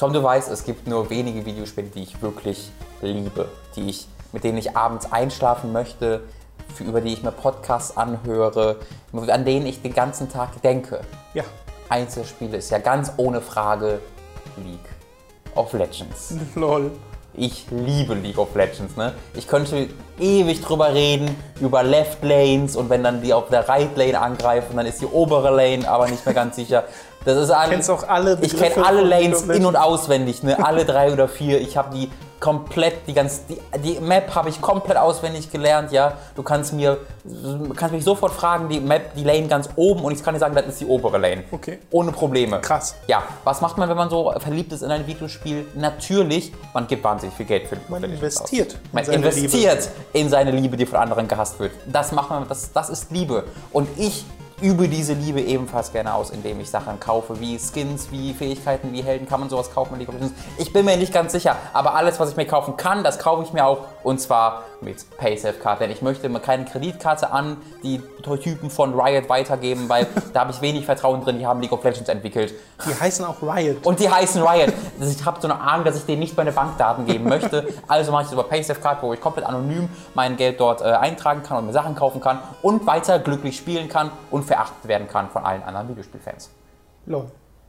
Tom, du weißt, es gibt nur wenige Videospiele, die ich wirklich liebe, mit denen ich abends einschlafen möchte, über die ich mir Podcasts anhöre, an denen ich den ganzen Tag denke. Ja. Eins der Spiele ist ja ganz ohne Frage League of Legends. Lol. Ich liebe League of Legends, ne? Ich könnte ewig drüber reden, über Left Lanes und wenn dann die auf der Right Lane angreifen, dann ist die obere Lane aber nicht mehr ganz sicher. Das ist alles. Kennst auch alle ich kenne alle Lanes in- und auswendig, ne? Alle 3 oder 4. Ich habe die komplett, die Map habe ich komplett auswendig gelernt, ja. Du kannst mich sofort fragen, die Lane ganz oben und ich kann dir sagen, das ist die obere Lane. Okay. Ohne Probleme. Krass. Ja, was macht man, wenn man so verliebt ist in ein Videospiel? Natürlich, man gibt wahnsinnig viel Geld für Man investiert. Man investiert in seine Liebe, die von anderen gehasst wird. Das macht man, das ist Liebe. Und ich übe diese Liebe ebenfalls gerne aus, indem ich Sachen kaufe, wie Skins, wie Fähigkeiten, wie Helden. Kann man sowas kaufen mit League of Legends? Ich bin mir nicht ganz sicher, aber alles, was ich mir kaufen kann, das kaufe ich mir auch, und zwar mit PaySafe-Card, denn ich möchte mir keine Kreditkarte an die Typen von Riot weitergeben, weil da habe ich wenig Vertrauen drin, die haben League of Legends entwickelt. Die heißen auch Riot. Und die heißen Riot. Ich habe so eine Ahnung, dass ich denen nicht meine Bankdaten geben möchte, also mache ich das über PaySafe-Card, wo ich komplett anonym mein Geld dort eintragen kann und mir Sachen kaufen kann und weiter glücklich spielen kann und verachtet werden kann von allen anderen Videospielfans. Lol.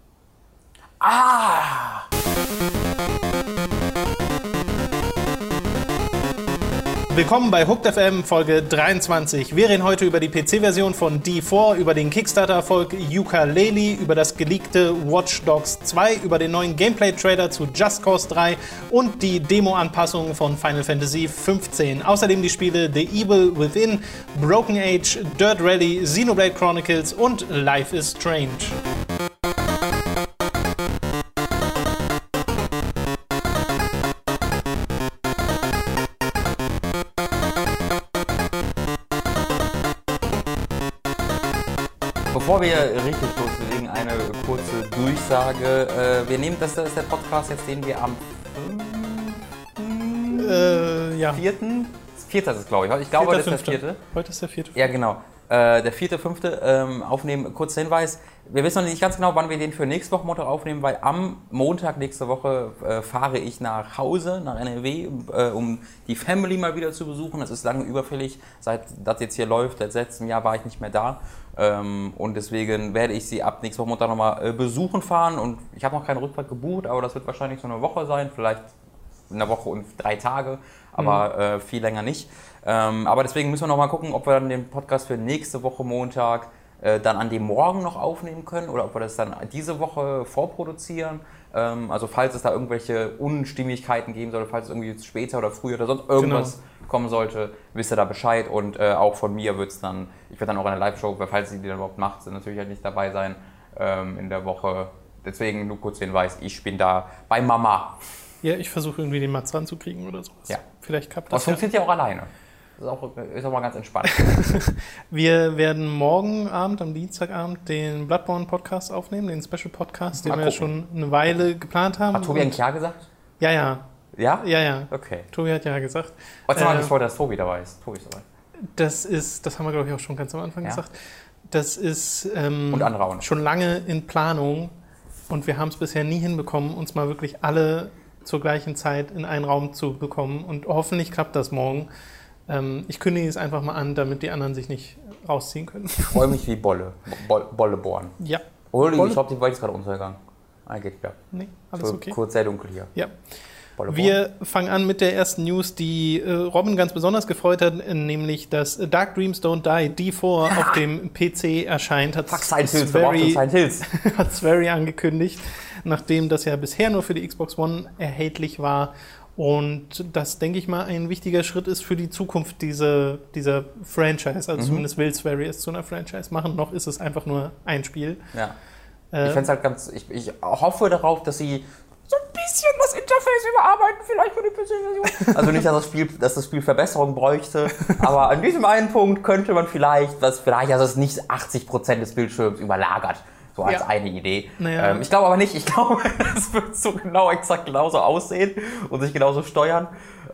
Ah! Willkommen bei Hooked FM Folge 23. Wir reden heute über die PC-Version von D4, über den Kickstarter-Erfolg Yooka-Laylee, über das geleakte Watch Dogs 2, über den neuen Gameplay-Trailer zu Just Cause 3 und die Demo-Anpassungen von Final Fantasy 15. Außerdem die Spiele The Evil Within, Broken Age, Dirt Rally, Xenoblade Chronicles und Life is Strange. Bevor wir richtig loslegen, eine kurze Durchsage. Wir nehmen, das ist der Podcast jetzt, den wir am 4. ist es, glaube ich. Ich glaube, das ist der 4. Heute ist der 4. Ja, genau. Der 4.5. Aufnehmen. Kurzer Hinweis. Wir wissen noch nicht ganz genau, wann wir den für nächste Woche Montag aufnehmen, weil am Montag nächste Woche fahre ich nach Hause, nach NRW, um die Family mal wieder zu besuchen. Das ist lange überfällig. Seit das jetzt hier läuft, seit letztem Jahr war ich nicht mehr da. Und deswegen werde ich sie ab nächste Woche Montag nochmal besuchen fahren. Und ich habe noch keine Rückfahrt gebucht, aber das wird wahrscheinlich so eine Woche sein, vielleicht eine Woche und 3 Tage, aber viel länger nicht. Aber deswegen müssen wir noch mal gucken, ob wir dann den Podcast für nächste Woche Montag dann an dem Morgen noch aufnehmen können oder ob wir das dann diese Woche vorproduzieren. Also falls es da irgendwelche Unstimmigkeiten geben sollte, falls es irgendwie später oder früher oder sonst irgendwas kommen sollte, wisst ihr da Bescheid. Und auch von mir wird es dann, ich werde dann auch eine Live-Show, falls ihr die dann überhaupt macht, natürlich halt nicht dabei sein in der Woche. Deswegen nur kurz den Hinweis, ich bin da bei Mama. Ja, ich versuche irgendwie den Mats ranzukriegen oder sowas. Ja. Vielleicht klappt Das das. funktioniert ja auch alleine. Das ist auch mal ganz entspannt. Wir werden morgen Abend, am Dienstagabend, den Bloodborne-Podcast aufnehmen, den Special-Podcast, den wir ja schon eine Weile geplant haben. Hat Tobi eigentlich ja gesagt? Ja, ja. Ja? Ja, ja. Okay. Tobi hat ja gesagt. Jetzt mal bevor dass Tobi dabei ist. Tobi ist dabei. Das haben wir, glaube ich, auch schon ganz am Anfang gesagt. Das ist und andere auch noch. Schon lange in Planung und wir haben es bisher nie hinbekommen, uns mal wirklich alle zur gleichen Zeit in einen Raum zu bekommen und hoffentlich klappt das morgen. Ich kündige es einfach mal an, damit die anderen sich nicht rausziehen können. Ich freue mich wie Bolle. Bolle bohren. Ja. Oder ich glaube, die Welt ist gerade untergegangen. Geht ja. Nee, alles okay. Kurz sehr dunkel hier. Ja. Wir fangen an mit der ersten News, die Robin ganz besonders gefreut hat, nämlich, dass Dark Dreams Don't Die D4 auf dem PC erscheint. Hat Swery angekündigt, nachdem das ja bisher nur für die Xbox One erhältlich war. Und das, denke ich mal, ein wichtiger Schritt ist für die Zukunft dieser Franchise. Also zumindest will Swery es zu einer Franchise machen. Noch ist es einfach nur ein Spiel. Ja. Ich fände es halt ich hoffe darauf, dass sie so ein bisschen das Interface überarbeiten, vielleicht für die PC-Version. Also nicht, dass das Spiel Verbesserung bräuchte, aber an diesem einen Punkt könnte man vielleicht, also es nicht 80% des Bildschirms überlagert. so als eine Idee. Naja. Ich glaube aber nicht, ich glaube, es wird so exakt genauso aussehen und sich genauso steuern.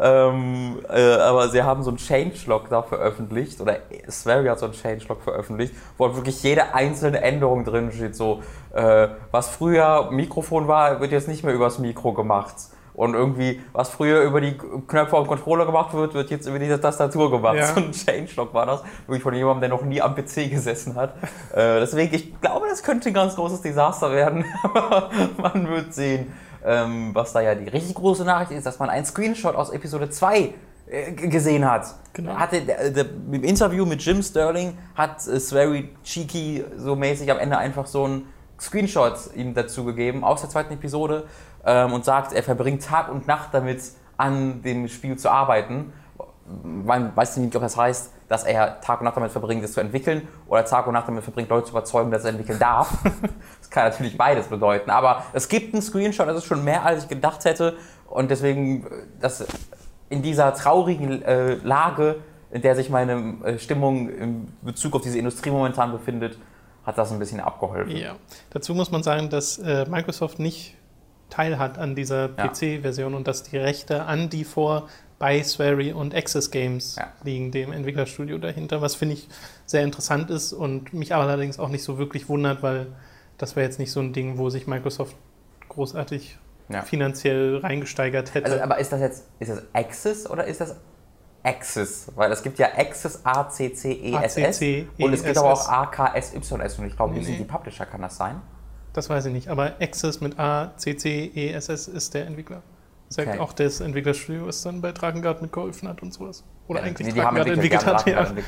Aber sie haben so einen Changelog da veröffentlicht, oder Swery hat so einen Changelog veröffentlicht, wo halt wirklich jede einzelne Änderung drin steht, so, was früher Mikrofon war, wird jetzt nicht mehr übers Mikro gemacht. Und irgendwie, was früher über die Knöpfe und Controller gemacht wird jetzt über die Tastatur gemacht. Ja. So ein Changelog war das, wirklich von jemandem, der noch nie am PC gesessen hat. Deswegen, ich glaube, das könnte ein ganz großes Desaster werden, aber man wird sehen. Was da ja die richtig große Nachricht ist, dass man einen Screenshot aus Episode 2 gesehen hat. Genau. Im Interview mit Jim Sterling hat Swery cheeky so mäßig am Ende einfach so einen Screenshot ihm dazu gegeben aus der zweiten Episode und sagt, er verbringt Tag und Nacht damit, an dem Spiel zu arbeiten. Man weiß nicht, ob das heißt, dass er Tag und Nacht damit verbringt, es zu entwickeln, oder Tag und Nacht damit verbringt, Leute zu überzeugen, dass er entwickeln darf. Das kann natürlich beides bedeuten. Aber es gibt einen Screenshot, das ist schon mehr, als ich gedacht hätte. Und deswegen, dass in dieser traurigen Lage, in der sich meine Stimmung in Bezug auf diese Industrie momentan befindet, hat das ein bisschen abgeholfen. Ja. Dazu muss man sagen, dass Microsoft nicht teilhat an dieser PC-Version und dass die Rechte an D4 bei Swery und Access Games liegen, dem Entwicklerstudio dahinter, was finde ich sehr interessant ist und mich aber allerdings auch nicht so wirklich wundert, weil das wäre jetzt nicht so ein Ding, wo sich Microsoft großartig finanziell reingesteigert hätte. Also, aber ist das Access oder ist das Access? Weil es gibt ja Access ACCESS und es gibt aber auch AKSYS und ich glaube, die sind die Publisher, kann das sein? Das weiß ich nicht, aber Access mit ACCESS ist der Entwickler. Sagt auch das Entwicklerstudio, was dann bei Drakengard mitgeholfen hat und sowas. Oder eigentlich Drakengard entwickelt hat.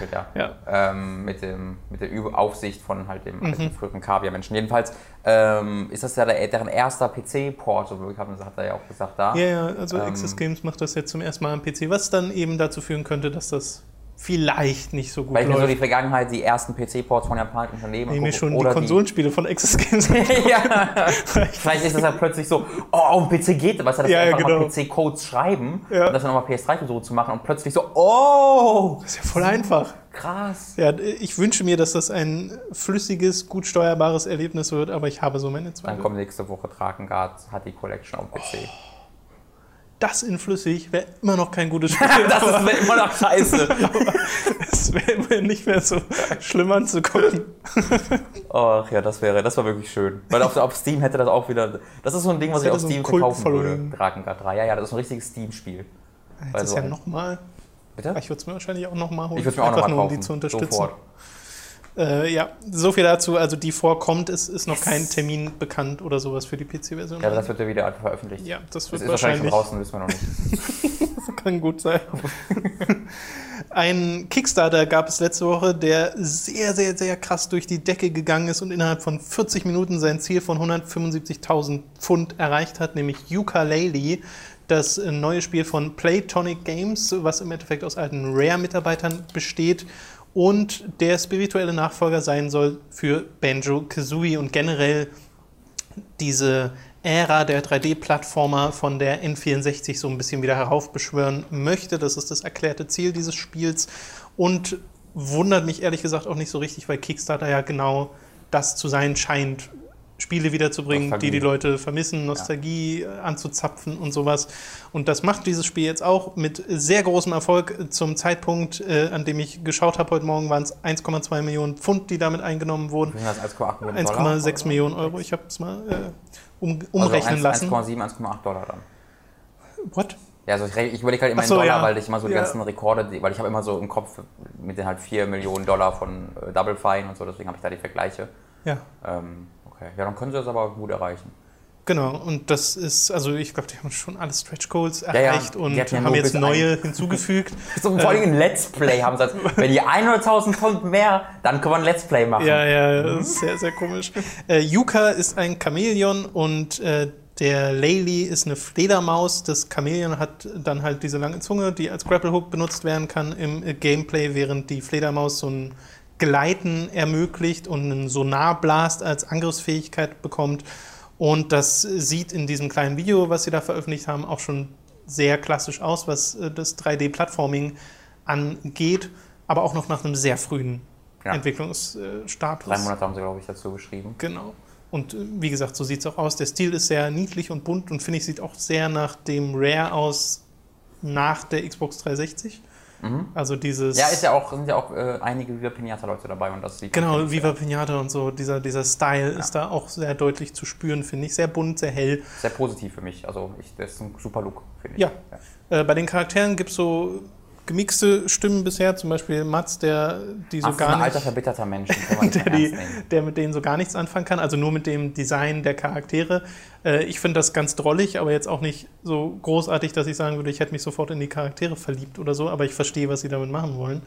Mit der Aufsicht von halt dem früheren Kaviar-Menschen. Jedenfalls ist das ja deren erster PC-Port, hat er ja auch gesagt da. Ja, also Access Games macht das jetzt zum ersten Mal am PC, was dann eben dazu führen könnte, dass das vielleicht nicht so gut läuft. Weil ich mir so die Vergangenheit, die ersten PC-Ports von japanischen Unternehmen ich mir schon die Konsolenspiele von Access Games ja. Vielleicht ist das ja plötzlich so, auf dem PC geht, weißt du, dass einfach mal PC-Codes schreiben und das dann nochmal PS3-Versuche zu machen und plötzlich so, das ist ja voll einfach. Krass. Ja, ich wünsche mir, dass das ein flüssiges, gut steuerbares Erlebnis wird, aber ich habe so meine Zweifel. Dann kommt nächste Woche Drakengard, hat die Collection auf PC. Das in flüssig wäre immer noch kein gutes Spiel. Das wäre immer noch scheiße. Es wäre immer nicht mehr so schlimm anzugucken. Ach ja, das war wirklich schön. Weil auf Steam hätte das auch wieder. Das ist so ein Ding, was ich auf Steam verkaufen würde. Drakengard 3. Ja, das ist ein richtiges Steam-Spiel. Das ist ja nochmal. Bitte? Ich würde es mir wahrscheinlich auch nochmal holen. Ich würde es mir auch nochmal kaufen. Um die zu unterstützen. Sofort. So viel dazu. Also D4 kommt, es ist noch kein Termin bekannt oder sowas für die PC-Version. Ja, aber das wird ja wieder veröffentlicht. Ja, das wird wahrscheinlich schon draußen, wissen wir noch nicht. Das kann gut sein. Ein Kickstarter gab es letzte Woche, der sehr, sehr, sehr krass durch die Decke gegangen ist und innerhalb von 40 Minuten sein Ziel von 175.000 Pfund erreicht hat, nämlich Yooka-Laylee, das neue Spiel von Playtonic Games, was im Endeffekt aus alten Rare-Mitarbeitern besteht und der spirituelle Nachfolger sein soll für Banjo-Kazooie und generell diese Ära der 3D-Plattformer von der N64 so ein bisschen wieder heraufbeschwören möchte. Das ist das erklärte Ziel dieses Spiels und wundert mich ehrlich gesagt auch nicht so richtig, weil Kickstarter ja genau das zu sein scheint, Spiele wiederzubringen, die Leute vermissen, Nostalgie anzuzapfen und sowas. Und das macht dieses Spiel jetzt auch mit sehr großem Erfolg. Zum Zeitpunkt, an dem ich geschaut habe heute Morgen, waren es 1,2 Millionen Pfund, die damit eingenommen wurden. 1,6 Millionen Euro. Ich habe es mal umrechnen lassen. 1,7, 1,8 Dollar dann. What? Ja, also ich überlege halt immer in Dollar, weil ich immer so die ganzen Rekorde, weil ich habe immer so im Kopf mit den halt 4 Millionen Dollar von Double Fine und so, deswegen habe ich da die Vergleiche. Ja. Okay, ja, dann können sie das aber gut erreichen. Genau, und das ist, also ich glaube, die haben schon alle Stretch Goals erreicht und haben jetzt neue hinzugefügt. So vor allem ein Let's Play haben sie. Wenn die 100.000 Pfund mehr, dann können wir ein Let's Play machen. Ja, das ist sehr, sehr komisch. Yooka ist ein Chamäleon und der Laylee ist eine Fledermaus. Das Chamäleon hat dann halt diese lange Zunge, die als Grapple-Hook benutzt werden kann im Gameplay, während die Fledermaus so ein Gleiten ermöglicht und einen Sonarblast als Angriffsfähigkeit bekommt. Und das sieht in diesem kleinen Video, was sie da veröffentlicht haben, auch schon sehr klassisch aus, was das 3D-Plattforming angeht, aber auch noch nach einem sehr frühen Entwicklungsstatus. 3 Monate haben sie, glaube ich, dazu geschrieben. Genau. Und wie gesagt, so sieht es auch aus. Der Stil ist sehr niedlich und bunt und finde ich, sieht auch sehr nach dem Rare aus nach der Xbox 360. Also dieses... Ja, sind ja auch einige Viva Pinata-Leute dabei und das sieht... Genau, Viva Pinata und so, dieser Style ist da auch sehr deutlich zu spüren, finde ich. Sehr bunt, sehr hell. Sehr positiv für mich, also das ist ein super Look, finde ich. Ja, bei den Charakteren gibt es so gemixte Stimmen bisher, zum Beispiel Mats, der die so gar nicht... ein alter, verbitterter Mensch, kann man nicht der mit denen so gar nichts anfangen kann, also nur mit dem Design der Charaktere. Ich finde das ganz drollig, aber jetzt auch nicht so großartig, dass ich sagen würde, ich hätte mich sofort in die Charaktere verliebt oder so, aber ich verstehe, was sie damit machen wollen.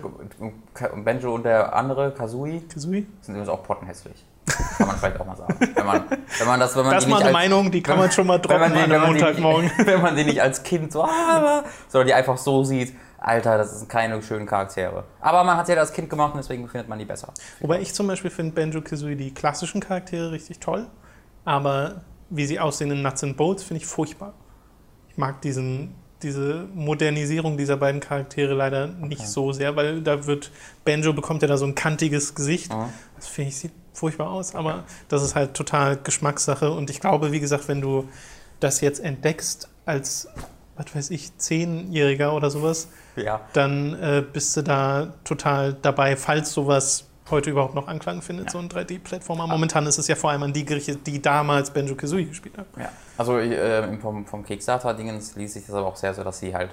Banjo und der andere, Kazooie, sind übrigens auch pottenhässlich. Kann man vielleicht auch mal sagen. Wenn man das ist mal eine Meinung, die kann man schon mal droppen an einem Montagmorgen. Wenn man die nicht als Kind so, sondern die einfach so sieht, Alter, das sind keine schönen Charaktere. Aber man hat ja das Kind gemacht und deswegen findet man die besser. Wobei ich zum Beispiel finde Banjo-Kazooie die klassischen Charaktere richtig toll, aber wie sie aussehen in Nuts and Bolts finde ich furchtbar. Ich mag diese Modernisierung dieser beiden Charaktere leider nicht so sehr, weil Banjo bekommt ja da so ein kantiges Gesicht. Das finde ich, sieht furchtbar aus, aber das ist halt total Geschmackssache und ich glaube, wie gesagt, wenn du das jetzt entdeckst als, was weiß ich, 10-Jähriger oder sowas, dann bist du da total dabei, falls sowas heute überhaupt noch Anklang findet, so ein 3D-Plattformer. Momentan ist es ja vor allem an die gerichtet, die damals Banjo-Kazooie gespielt haben. Ja, also vom Kickstarter-Dingens liest sich das aber auch sehr so, dass sie halt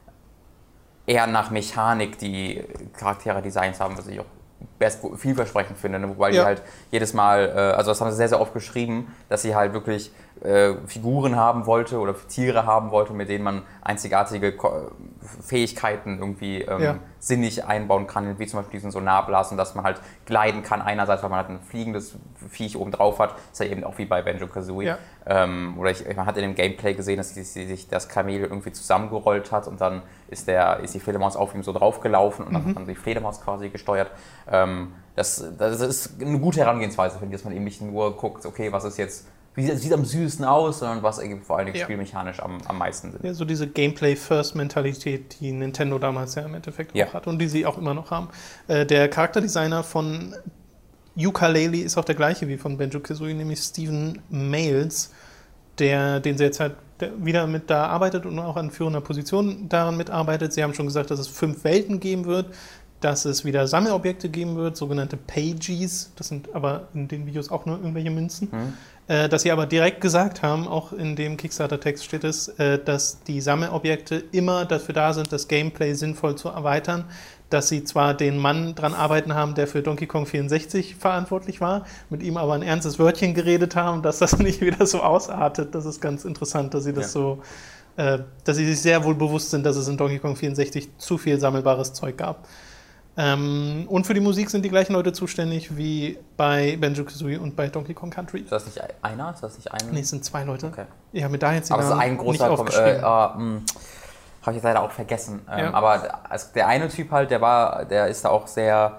eher nach Mechanik die Charaktere Designs haben, was ich auch vielversprechend finde, ne? Weil die halt jedes Mal, also das haben sie sehr, sehr oft geschrieben, dass sie halt wirklich Figuren haben wollte oder Tiere haben wollte, mit denen man einzigartige Fähigkeiten irgendwie sinnig einbauen kann, wie zum Beispiel diesen Sonarblasen, dass man halt gleiten kann einerseits, weil man halt ein fliegendes Viech oben drauf hat, ist ja eben auch wie bei Banjo-Kazooie. Ja. Oder man hat in dem Gameplay gesehen, dass sich das Kamel irgendwie zusammengerollt hat und dann ist die Fledermaus auf ihm so draufgelaufen und dann hat man die Fledermaus quasi gesteuert. Das ist eine gute Herangehensweise, finde ich, dass man eben nicht nur guckt, okay, was ist jetzt, wie sieht am süßesten aus, sondern was ergibt vor allen Dingen spielmechanisch am meisten Sinn. Ja, so diese Gameplay-First-Mentalität, die Nintendo damals ja im Endeffekt auch hat und die sie auch immer noch haben. Der Charakterdesigner von Yooka-Laylee ist auch der gleiche wie von Banjo-Kazooie, nämlich Stephen Mayles, den sie jetzt halt wieder mit da arbeitet und auch an führender Position daran mitarbeitet. Sie haben schon gesagt, dass es 5 Welten geben wird, dass es wieder Sammelobjekte geben wird, sogenannte Pages, das sind aber in den Videos auch nur irgendwelche Münzen. Dass sie aber direkt gesagt haben, auch in dem Kickstarter-Text steht es, dass die Sammelobjekte immer dafür da sind, das Gameplay sinnvoll zu erweitern, dass sie zwar den Mann dran arbeiten haben, der für Donkey Kong 64 verantwortlich war, mit ihm aber ein ernstes Wörtchen geredet haben, dass das nicht wieder so ausartet. Das ist ganz interessant, dass sie das dass sie sich sehr wohl bewusst sind, dass es in Donkey Kong 64 zu viel sammelbares Zeug gab. Und für die Musik sind die gleichen Leute zuständig wie bei Banjo-Kazooie und bei Donkey Kong Country. Ist das nicht einer? Nee, es sind 2 Leute. Okay. Ich habe mir da jetzt die Namen ein großer nicht aufgeschrieben. Habe ich jetzt leider auch vergessen. Aber der eine Typ halt, der ist da auch sehr,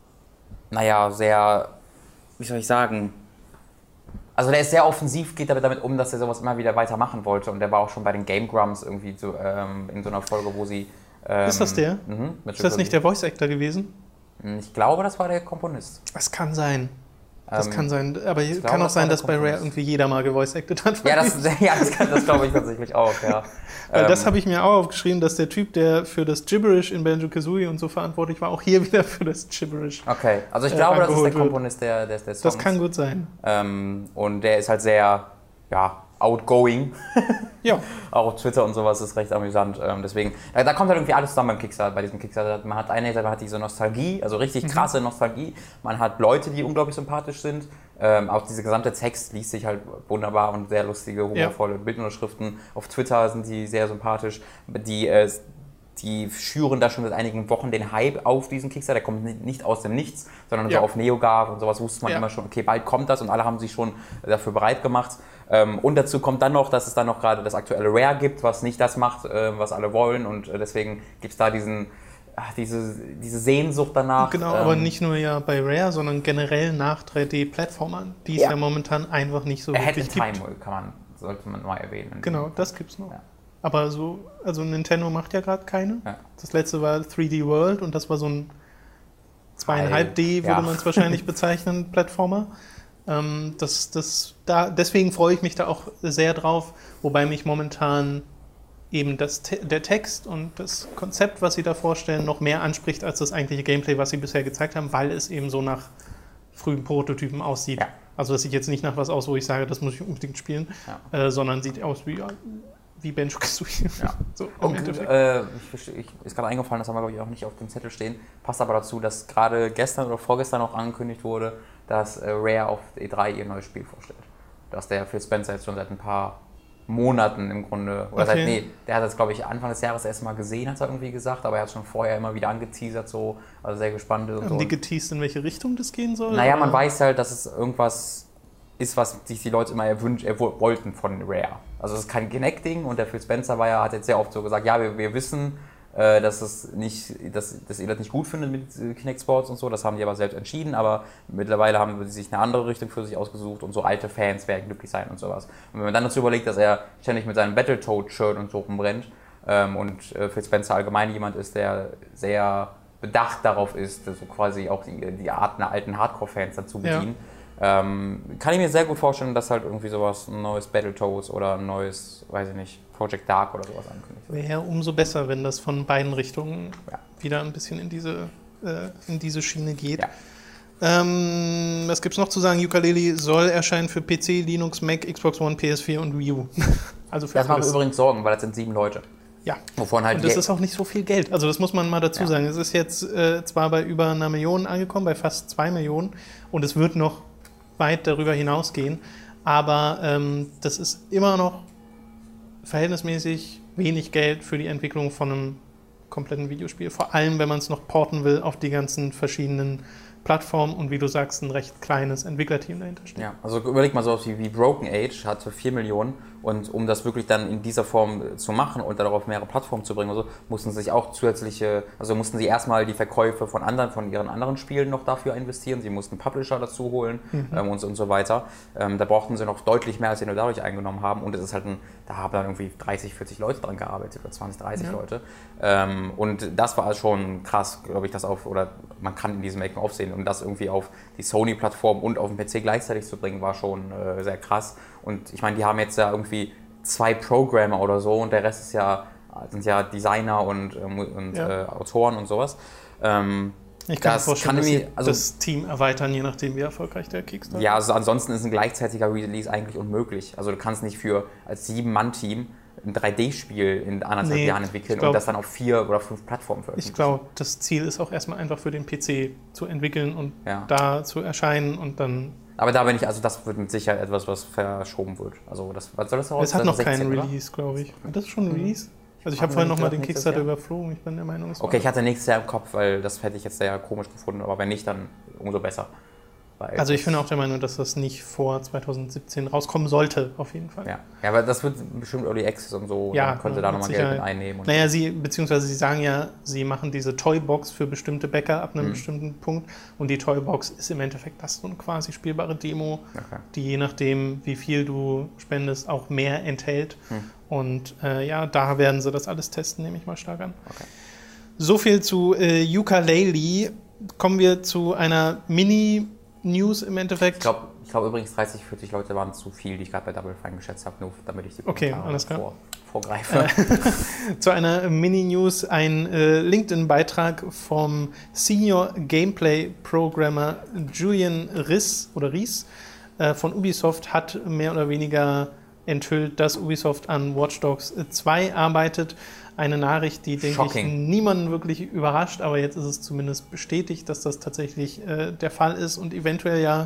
wie soll ich sagen, also der ist sehr offensiv, geht damit um, dass er sowas immer wieder weitermachen wollte und der war auch schon bei den Game Grumps irgendwie so, in so einer Folge, wo sie... ist das der? Ist das nicht der Voice Actor gewesen? Ich glaube, das war der Komponist. Es kann sein. Das kann sein, aber es kann auch sein, dass bei Rare irgendwie jeder mal gevoice acted hat. Ja, das glaube ich tatsächlich auch, ja. Weil das habe ich mir auch aufgeschrieben, dass der Typ, der für das Gibberish in Banjo-Kazooie und so verantwortlich war, auch hier wieder für das Gibberish. Okay, also ich glaube, das ist der Komponist der Songs. Das kann gut sein. Und der ist halt sehr, outgoing. Ja. Auch auf Twitter und sowas ist recht amüsant. Deswegen, da kommt halt irgendwie alles zusammen bei diesem Kickstarter. Man hat diese Nostalgie, also richtig krasse Nostalgie. Man hat Leute, die unglaublich sympathisch sind. Auch dieser gesamte Text liest sich halt wunderbar und sehr lustige, humorvolle Bildunterschriften. Auf Twitter sind die sehr sympathisch. Die schüren da schon seit einigen Wochen den Hype auf diesen Kickstarter. Der kommt nicht aus dem Nichts, sondern so auf NeoGAF und sowas wusste man immer schon, okay, bald kommt das und alle haben sich schon dafür bereit gemacht. Und dazu kommt dann noch, dass es dann noch gerade das aktuelle Rare gibt, was nicht das macht, was alle wollen und deswegen gibt es da diese Sehnsucht danach. Genau, aber nicht nur bei Rare, sondern generell nach 3D-Plattformern, die es ja momentan einfach nicht so wirklich gibt. Sollte man mal erwähnen. Genau, das gibt's noch. Ja. Aber also Nintendo macht ja gerade keine. Ja. Das letzte war 3D World und das war so ein 2,5D, würde man es wahrscheinlich bezeichnen, Plattformer. Deswegen freue ich mich da auch sehr drauf, wobei mich momentan eben der Text und das Konzept, was sie da vorstellen, noch mehr anspricht als das eigentliche Gameplay, was sie bisher gezeigt haben, weil es eben so nach frühen Prototypen aussieht. Ja. Also das sieht jetzt nicht nach was aus, wo ich sage, das muss ich unbedingt spielen, sondern sieht aus wie Banjo-Kazooie. Ja. So, ist gerade eingefallen, das haben wir glaube ich auch nicht auf dem Zettel stehen, passt aber dazu, dass gerade gestern oder vorgestern auch angekündigt wurde, dass Rare auf E3 ihr neues Spiel vorstellt. Dass der Phil Spencer jetzt schon seit ein paar Monaten im Grunde, oder der hat das glaube ich Anfang des Jahres erst mal gesehen, hat er irgendwie gesagt, aber er hat schon vorher immer wieder angeteasert, so, also sehr gespannt. Haben die geteased, in welche Richtung das gehen soll? Naja, man weiß halt, dass es irgendwas ist, was sich die Leute immer wollten von Rare. Also es ist kein Kinect-Ding und der Phil Spencer hat jetzt sehr oft so gesagt, ja, wir wissen, dass ihr das nicht gut findet mit Kinect Sports und so, das haben die aber selbst entschieden, aber mittlerweile haben sie sich eine andere Richtung für sich ausgesucht und so alte Fans werden glücklich sein und sowas. Und wenn man dann dazu überlegt, dass er ständig mit seinem Battletoad-Shirt und so rumbrennt und Phil Spencer allgemein jemand ist, der sehr bedacht darauf ist, so quasi auch die Art einer alten Hardcore-Fans dann zu bedienen, kann ich mir sehr gut vorstellen, dass halt irgendwie sowas, ein neues Battletoads oder ein neues, weiß ich nicht, Project Dark oder sowas ankündigt. Wäre umso besser, wenn das von beiden Richtungen wieder ein bisschen in diese Schiene geht. Ja. Was gibt's noch zu sagen? Yooka-Laylee soll erscheinen für PC, Linux, Mac, Xbox One, PS4 und Wii U. Also für das macht mir übrigens Sorgen, weil das sind 7 Leute. Ja, wovon halt und das ist auch nicht so viel Geld. Also das muss man mal dazu sagen. Es ist jetzt zwar bei über 1 Million angekommen, bei fast 2 Millionen und es wird noch weit darüber hinausgehen, aber das ist immer noch verhältnismäßig wenig Geld für die Entwicklung von einem kompletten Videospiel. Vor allem, wenn man es noch porten will auf die ganzen verschiedenen Plattformen und wie du sagst, ein recht kleines Entwicklerteam dahinter steht. Ja, also überleg mal so wie Broken Age hat für 4 Millionen und um das wirklich dann in dieser Form zu machen und darauf mehrere Plattformen zu bringen, mussten sie sich auch mussten sie erstmal die Verkäufe von ihren anderen Spielen noch dafür investieren, sie mussten Publisher dazu holen und so weiter. Da brauchten sie noch deutlich mehr, als sie nur dadurch eingenommen haben und es ist halt da haben dann irgendwie 30, 40 Leute dran gearbeitet oder 20, 30 Leute. Und das war schon krass, glaube ich, man kann in diesem Making-of sehen und das irgendwie auf die Sony-Plattform und auf den PC gleichzeitig zu bringen, war schon sehr krass. Und ich meine, die haben jetzt ja irgendwie 2 Programmer oder so und der Rest sind ja Designer und Autoren und sowas. Ich kann mir vorstellen, dass sie das Team erweitern, je nachdem, wie erfolgreich der Kickstarter ist. Ja, also ansonsten ist ein gleichzeitiger Release eigentlich unmöglich. Also du kannst nicht als 7-Mann-Team ein 3D-Spiel in 1,5 Jahren entwickeln und das dann auf 4 oder 5 Plattformen veröffentlichen. Ich glaube, das Ziel ist auch erstmal einfach für den PC zu entwickeln und da zu erscheinen und dann... Aber das wird mit Sicherheit etwas, was verschoben wird. Also was soll das raus? Es hat noch keinen Release, glaube ich. Hat das schon ein Release? Also ich habe vorhin nochmal den Kickstarter überflogen. Ich bin der Meinung, es war... Okay, ich hatte nächstes Jahr im Kopf, weil das hätte ich jetzt sehr komisch gefunden. Aber wenn nicht, dann umso besser. Also ich bin auch der Meinung, dass das nicht vor 2017 rauskommen sollte, auf jeden Fall. Ja, aber das wird bestimmt Early Access und so, ja, dann könnte da nochmal Geld mit einnehmen. Naja, sie sagen ja, sie machen diese Toybox für bestimmte Bäcker ab einem bestimmten Punkt und die Toybox ist im Endeffekt das so eine quasi spielbare Demo, die je nachdem, wie viel du spendest, auch mehr enthält. Und da werden sie das alles testen, nehme ich mal stark an. Okay. So viel zu Yooka-Laylee. Kommen wir zu einer Mini-News im Endeffekt. Ich glaube übrigens 30, 40 Leute waren zu viel, die ich gerade bei Double Fine geschätzt habe, nur damit ich die Kommentare vorgreife. Zu einer Mini-News, ein LinkedIn-Beitrag vom Senior Gameplay-Programmer Julian Ries von Ubisoft hat mehr oder weniger enthüllt, dass Ubisoft an Watch Dogs 2 arbeitet. Eine Nachricht, die, denke ich, niemanden wirklich überrascht, aber jetzt ist es zumindest bestätigt, dass das tatsächlich der Fall ist und eventuell ja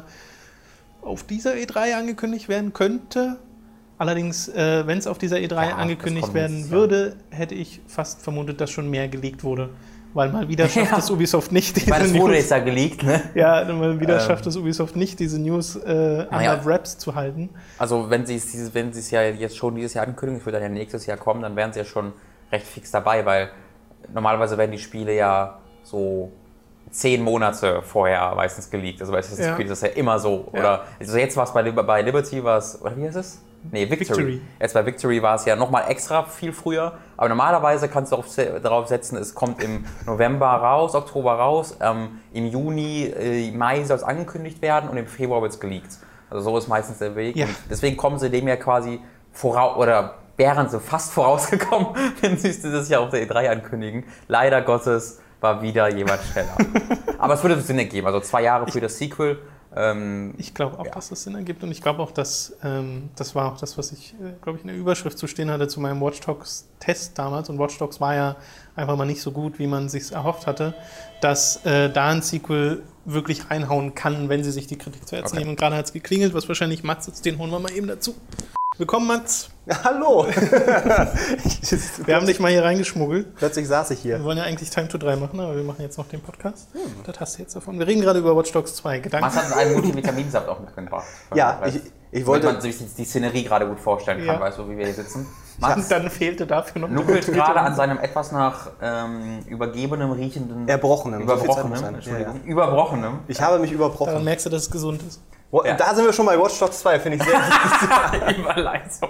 auf dieser E3 angekündigt werden könnte. Allerdings, wenn es auf dieser E3 angekündigt werden würde, hätte ich fast vermutet, dass schon mehr geleakt wurde. Weil mal wieder schafft es Ubisoft nicht, diese News... Weil es wurde jetzt ja geleakt, ne? Ja, mal wieder schafft es Ubisoft nicht, diese News under wraps zu halten. Also wenn sie es ja jetzt schon dieses Jahr ankündigen, es wird dann ja nächstes Jahr kommen, dann wären sie ja schon recht fix dabei, weil normalerweise werden die Spiele ja so 10 Monate vorher meistens geleakt. Also bei Assassin's Creed ist das ja immer so. Ja. Oder also jetzt war es bei Liberty, oder wie heißt es? Nee, Victory. Jetzt bei Victory war es ja nochmal extra viel früher. Aber normalerweise kannst du darauf setzen, es kommt im November raus, Oktober raus, im Juni, Mai soll es angekündigt werden und im Februar wird es geleakt. Also so ist meistens der Weg. Ja. Und deswegen kommen sie dem ja quasi voraus, oder wären sie fast vorausgekommen, wenn sie es dieses Jahr auf der E3 ankündigen. Leider Gottes war wieder jemand schneller. Aber es würde Sinn ergeben, also 2 Jahre für das Sequel. Ich glaube auch, dass das Sinn ergibt und ich glaube auch, dass das war auch das, was ich, glaube ich, in der Überschrift zu stehen hatte zu meinem Watch Dogs Test damals und Watch Dogs war ja einfach mal nicht so gut, wie man sich erhofft hatte, dass da ein Sequel wirklich reinhauen kann, wenn sie sich die Kritik zu Herzen nehmen. Und gerade hat es geklingelt, was wahrscheinlich Mats ist, den holen wir mal eben dazu. Willkommen, Mats. Ja, hallo. Wir haben dich mal hier reingeschmuggelt. Plötzlich saß ich hier. Wir wollen ja eigentlich Time to 3 machen, aber wir machen jetzt noch den Podcast. Das hast du jetzt davon. Wir reden gerade über Watch Dogs 2. Gedanken? Mats hat einen Multivitaminsaft auch mitgebracht. Ja, ich wollte... Damit man sich die Szenerie gerade gut vorstellen kann, weißt du, wie wir hier sitzen. Mats Dann fehlte dafür noch... nuckelt gerade an seinem etwas nach übergebenem, riechenden... Überbrochenem. Überbrochenem. Ich habe mich Dann überbrochen. merkst du, dass es gesund ist. Ja. Da sind wir schon bei Watch Dogs 2, finde ich sehr Überleitung.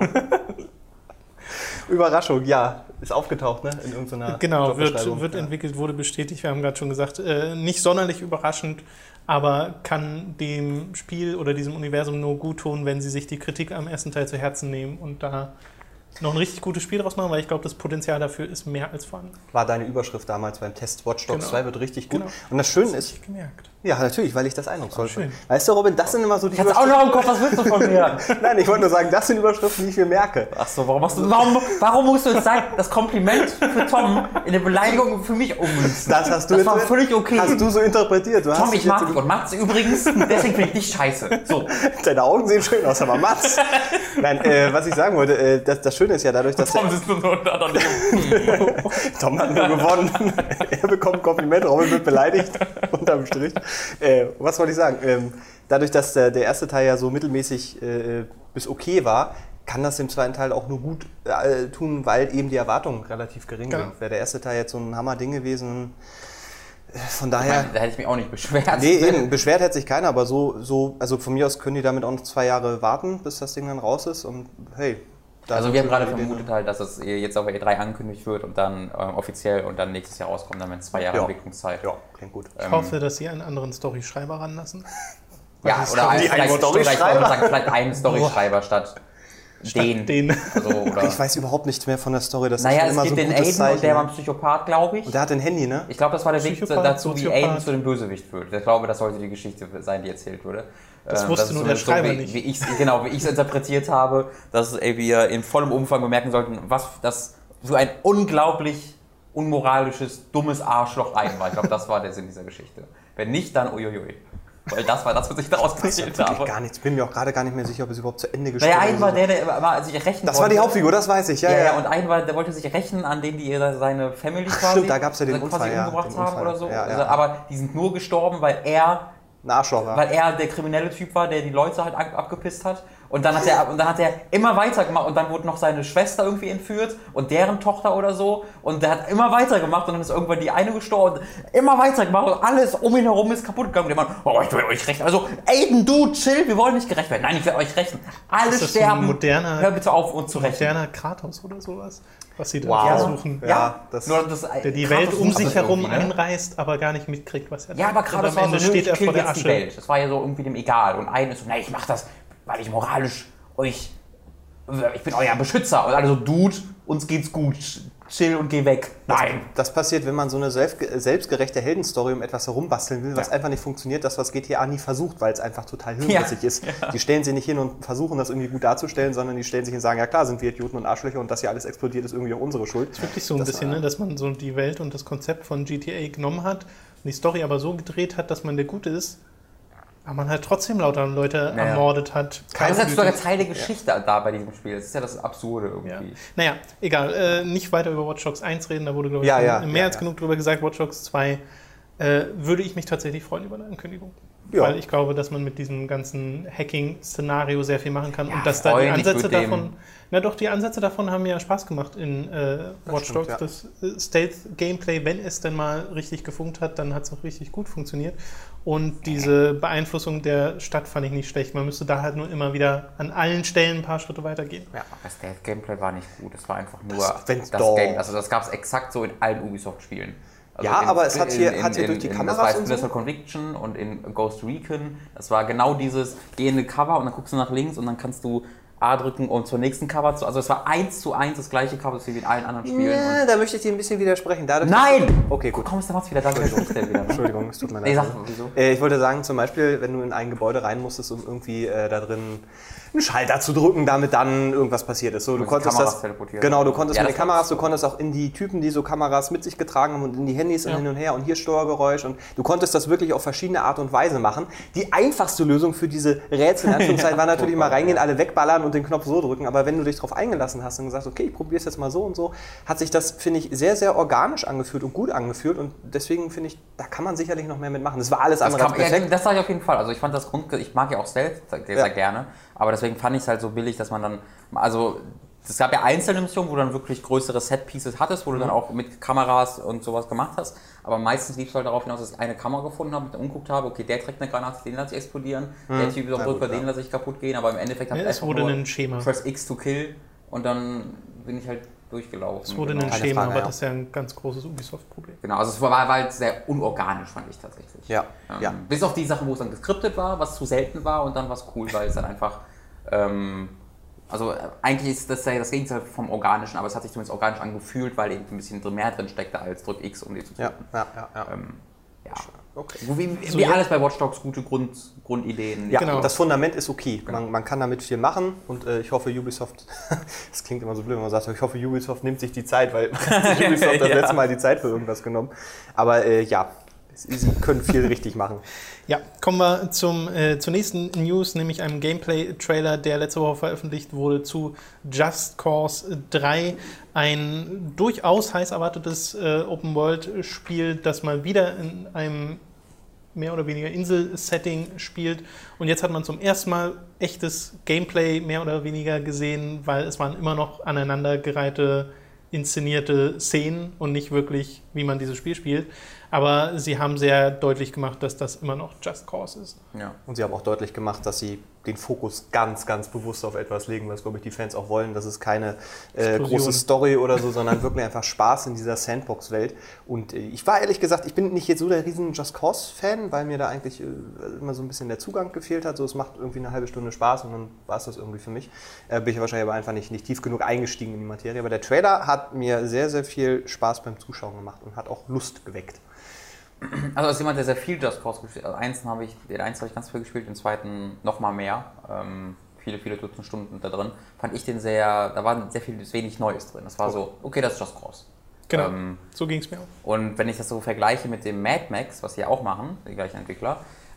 Überraschung, ja. Ist aufgetaucht, ne? In irgendeiner Genau, Jobbeschreibung. wird entwickelt, wurde bestätigt. Wir haben gerade schon gesagt, nicht sonderlich überraschend, aber kann dem Spiel oder diesem Universum nur gut tun, wenn sie sich die Kritik am ersten Teil zu Herzen nehmen und da noch ein richtig gutes Spiel draus machen, weil ich glaube, das Potenzial dafür ist mehr als vorhanden. War deine Überschrift damals beim Test. Watch Dogs Genau. 2 wird richtig gut. Genau. Und das Schöne Das ist... hab ich gemerkt. Ja, natürlich, weil ich das eindrucksvoll Schön. finde. Weißt du, Robin, das sind immer so die Ich hab's auch noch im Kopf, was willst du von mir? Nein, ich wollte nur sagen, das sind Überschriften, die ich mir merke. Achso, warum musst du jetzt sagen, das Kompliment für Tom in der Beleidigung für mich ummünzen? Das hast du Das jetzt war völlig okay. Hast du so interpretiert. Tom, ich mag dich und Mats übrigens, deswegen finde ich dich scheiße. So. Deine Augen sehen schön aus, aber Mats. Nein, was ich sagen wollte, das Schöne ist ja dadurch, dass Tom sitzt nur da daneben. Tom hat nur gewonnen. Er bekommt ein Kompliment, Robin wird beleidigt. Unterm Strich. Was wollte ich sagen? Dadurch, dass der erste Teil ja so mittelmäßig bis okay war, kann das dem zweiten Teil auch nur gut tun, weil eben die Erwartungen relativ gering sind. Wäre der erste Teil jetzt so ein Hammer-Ding gewesen, von daher... Da hätte ich mich auch nicht beschwert. Nee, eben, beschwert hätte sich keiner, aber also von mir aus können die damit auch noch 2 Jahre warten, bis das Ding dann raus ist und hey... Also wir haben gerade vermutet halt, dass es jetzt auf der E3 angekündigt wird und dann offiziell und dann nächstes Jahr rauskommt, dann mit 2 Jahren Entwicklungszeit. Ja, klingt gut. Ich hoffe, dass sie einen anderen Storyschreiber ranlassen. Ja, oder vielleicht einen Storyschreiber statt den. Also, oder Ich weiß überhaupt nichts mehr von der Story. Das naja, ist es immer gibt so ein den gutes Aiden Zeichen. und der war ein Psychopath, glaube ich. Und der hat ein Handy, ne? Ich glaube, das war der Weg Psychopath, dazu, wie Soziopath. Aiden zu dem Bösewicht wird. Ich glaube, das sollte die Geschichte sein, die erzählt wurde. Das wusste nur der Schreiber nicht. Wie ich es interpretiert habe, dass wir in vollem Umfang bemerken sollten, was das für ein unglaublich unmoralisches, dummes Arschloch Aiden war. Ich glaube, das war der Sinn dieser Geschichte. Wenn nicht, dann uiuiui. Weil das war das, was ich daraus erzählt habe. Gar nichts. Bin mir auch gerade gar nicht mehr sicher, ob es überhaupt zu Ende gestorben Naja, ist. Aiden war der immer sich rächen Das wollte. war die Hauptfigur, das weiß ich. Ja, und Aiden der wollte sich rächen an denen, die seine Family quasi, stimmt, da gab's ja den quasi Unfall, ja, umgebracht den haben Unfall. oder so. Ja, ja. Also, aber die sind nur gestorben, weil er Ein Arschloch war. der kriminelle Typ war, der die Leute halt abgepisst hat. Und dann hat er immer weiter gemacht und dann wurde noch seine Schwester irgendwie entführt und deren Tochter oder so. Und der hat immer weiter gemacht und dann ist irgendwann die eine gestorben. Immer weiter gemacht und alles um ihn herum ist kaputt gegangen. Und der Mann, oh, ich will euch rächen. Also, Aiden, du, chill, wir wollen nicht gerecht werden. Nein, ich will euch rächen. Alle Ist das so sterben. ein moderner- Hör bitte auf, uns zu rächen. Moderner Kratos oder sowas, was sie da Wow. versuchen. Ja, das- nur das, Der die Kratos Welt um macht sich das herum irgendwie, ne? einreißt, aber gar nicht mitkriegt, was er Ja, aber tut. gerade Und am Ende steht er vor der jetzt die Asche. Welt. Das war ja so irgendwie dem egal. Und Aiden ist so, nee, ich mach das, weil ich moralisch ich bin euer Beschützer. Und alle so, Dude, uns geht's gut. Chill und geh weg. Nein. Das passiert, wenn man so eine selbstgerechte Heldenstory um etwas herumbasteln will, was einfach nicht funktioniert. Das, was GTA nie versucht, weil es einfach total hirnrissig ist. Ja. Die stellen sich nicht hin und versuchen, das irgendwie gut darzustellen, sondern die stellen sich hin und sagen, ja klar, sind wir Idioten und Arschlöcher und dass hier alles explodiert, ist irgendwie auch unsere Schuld. Das ist wirklich so ein bisschen, ne, dass man so die Welt und das Konzept von GTA genommen hat und die Story aber so gedreht hat, dass man der Gute ist, aber man halt trotzdem lauter Leute ermordet hat. Das ist sogar eine Teil der Geschichte da bei diesem Spiel. Das ist ja das Absurde irgendwie. Ja. Naja, egal. Nicht weiter über Watch Dogs 1 reden, da wurde, glaube ich, mehr als genug drüber gesagt. Watch Dogs 2 würde ich mich tatsächlich freuen über eine Ankündigung. Ja. Weil ich glaube, dass man mit diesem ganzen Hacking-Szenario sehr viel machen kann. Ja, und dass da die Ansätze davon... Na doch, die Ansätze davon haben ja Spaß gemacht in Watch Dogs. Ja. Das Stealth-Gameplay, wenn es denn mal richtig gefunkt hat, dann hat es auch richtig gut funktioniert. Und diese Beeinflussung der Stadt fand ich nicht schlecht. Man müsste da halt nur immer wieder an allen Stellen ein paar Schritte weitergehen. Ja, aber das Stealth-Gameplay war nicht gut. Das war einfach nur das Game. Also das gab es exakt so in allen Ubisoft-Spielen. Also ja, aber es hat hier durch die Kameras das war und so. Splinter Conviction und in Ghost Recon, das war genau dieses gehende Cover und dann guckst du nach links und dann kannst du A drücken und zur nächsten Cover zu. Also es war 1:1 das gleiche Cover wie in allen anderen Spielen. Ja, da möchte ich dir ein bisschen widersprechen. Dadurch, Nein! Okay, gut. Komm, der macht's wieder. Danke, wieder. Entschuldigung, es tut mir leid. Nee, sag mal, wieso? Ich wollte sagen, zum Beispiel, wenn du in ein Gebäude rein musstest, um irgendwie da drin einen Schalter zu drücken, damit dann irgendwas passiert ist. So, du konntest Kameras das, teleportieren. genau, du konntest Ja, mit den das Kameras, du konntest auch in die Typen, die so Kameras mit sich getragen haben und in die Handys und hin und her und hier Steuergeräusch und du konntest das wirklich auf verschiedene Art und Weise machen. Die einfachste Lösung für diese Rätsel in Anführungszeichen war natürlich mal reingehen, alle wegballern und den Knopf so drücken, aber wenn du dich darauf eingelassen hast und gesagt, okay, ich probiere es jetzt mal so und so, hat sich das, finde ich, sehr, sehr organisch angefühlt und gut angefühlt und deswegen finde ich, da kann man sicherlich noch mehr mitmachen. Das war alles andere als perfekt. Ja, das sage ich auf jeden Fall. Also ich fand ich mag ja auch Stealth sehr gerne, aber deswegen fand ich es halt so billig, dass man dann, also es gab ja einzelne Missionen, wo du dann wirklich größere Set-Pieces hattest, wo du dann auch mit Kameras und sowas gemacht hast, aber meistens lief es halt darauf hinaus, dass ich eine Kamera gefunden habe und dann umguckt habe, okay, der trägt eine Granate, den lasse ich explodieren, der Typ ist auf Rücker, den lasse ich kaputt gehen, aber im Endeffekt habe ich es wurde ein Schema. Press X to kill und dann bin ich halt durchgelaufen. Es wurde ein Schema, aber das ist ja ein ganz großes Ubisoft-Problem. Genau, also es war halt sehr unorganisch, fand ich tatsächlich. Ja. Bis auf die Sachen, wo es dann geskriptet war, was zu selten war und dann was cool, weil es dann einfach, also eigentlich ist das ja das Gegenteil vom Organischen, aber es hat sich zumindest organisch angefühlt, weil eben ein bisschen mehr drin steckte als Drück X, um die zu töten. Ja. Okay. Wie alles bei Watch Dogs gute Grundideen. Ja, Genau. Das Fundament ist okay. Genau. Man kann damit viel machen und ich hoffe Ubisoft, das klingt immer so blöd, wenn man sagt, ich hoffe Ubisoft nimmt sich die Zeit, weil Ubisoft das letzte Mal die Zeit für irgendwas genommen. Aber sie können viel richtig machen. Ja, kommen wir zur nächsten News, nämlich einem Gameplay-Trailer, der letzte Woche veröffentlicht wurde zu Just Cause 3. Ein durchaus heiß erwartetes Open-World-Spiel, das mal wieder in einem mehr oder weniger Insel-Setting spielt. Und jetzt hat man zum ersten Mal echtes Gameplay mehr oder weniger gesehen, weil es waren immer noch aneinandergereihte, inszenierte Szenen und nicht wirklich, wie man dieses Spiel spielt. Aber sie haben sehr deutlich gemacht, dass das immer noch Just Cause ist. Ja. Und sie haben auch deutlich gemacht, dass sie den Fokus ganz, ganz bewusst auf etwas legen, was, glaube ich, die Fans auch wollen. Das ist keine große Story oder so, sondern wirklich einfach Spaß in dieser Sandbox-Welt. Und ich war ehrlich gesagt, ich bin nicht jetzt so der riesen Just Cause-Fan, weil mir da eigentlich immer so ein bisschen der Zugang gefehlt hat. So, es macht irgendwie eine halbe Stunde Spaß und dann war es das irgendwie für mich. Bin ich wahrscheinlich aber einfach nicht tief genug eingestiegen in die Materie. Aber der Trailer hat mir sehr, sehr viel Spaß beim Zuschauen gemacht und hat auch Lust geweckt. Also als jemand, der sehr viel Just Cause gespielt hat, den eins habe ich ganz viel gespielt, den zweiten noch mal mehr, viele Dutzend Stunden da drin, fand ich den da war wenig Neues drin. Das war so, okay, das ist Just Cause. Genau, so ging es mir auch. Und wenn ich das so vergleiche mit dem Mad Max, was sie ja auch machen, die gleichen Entwickler,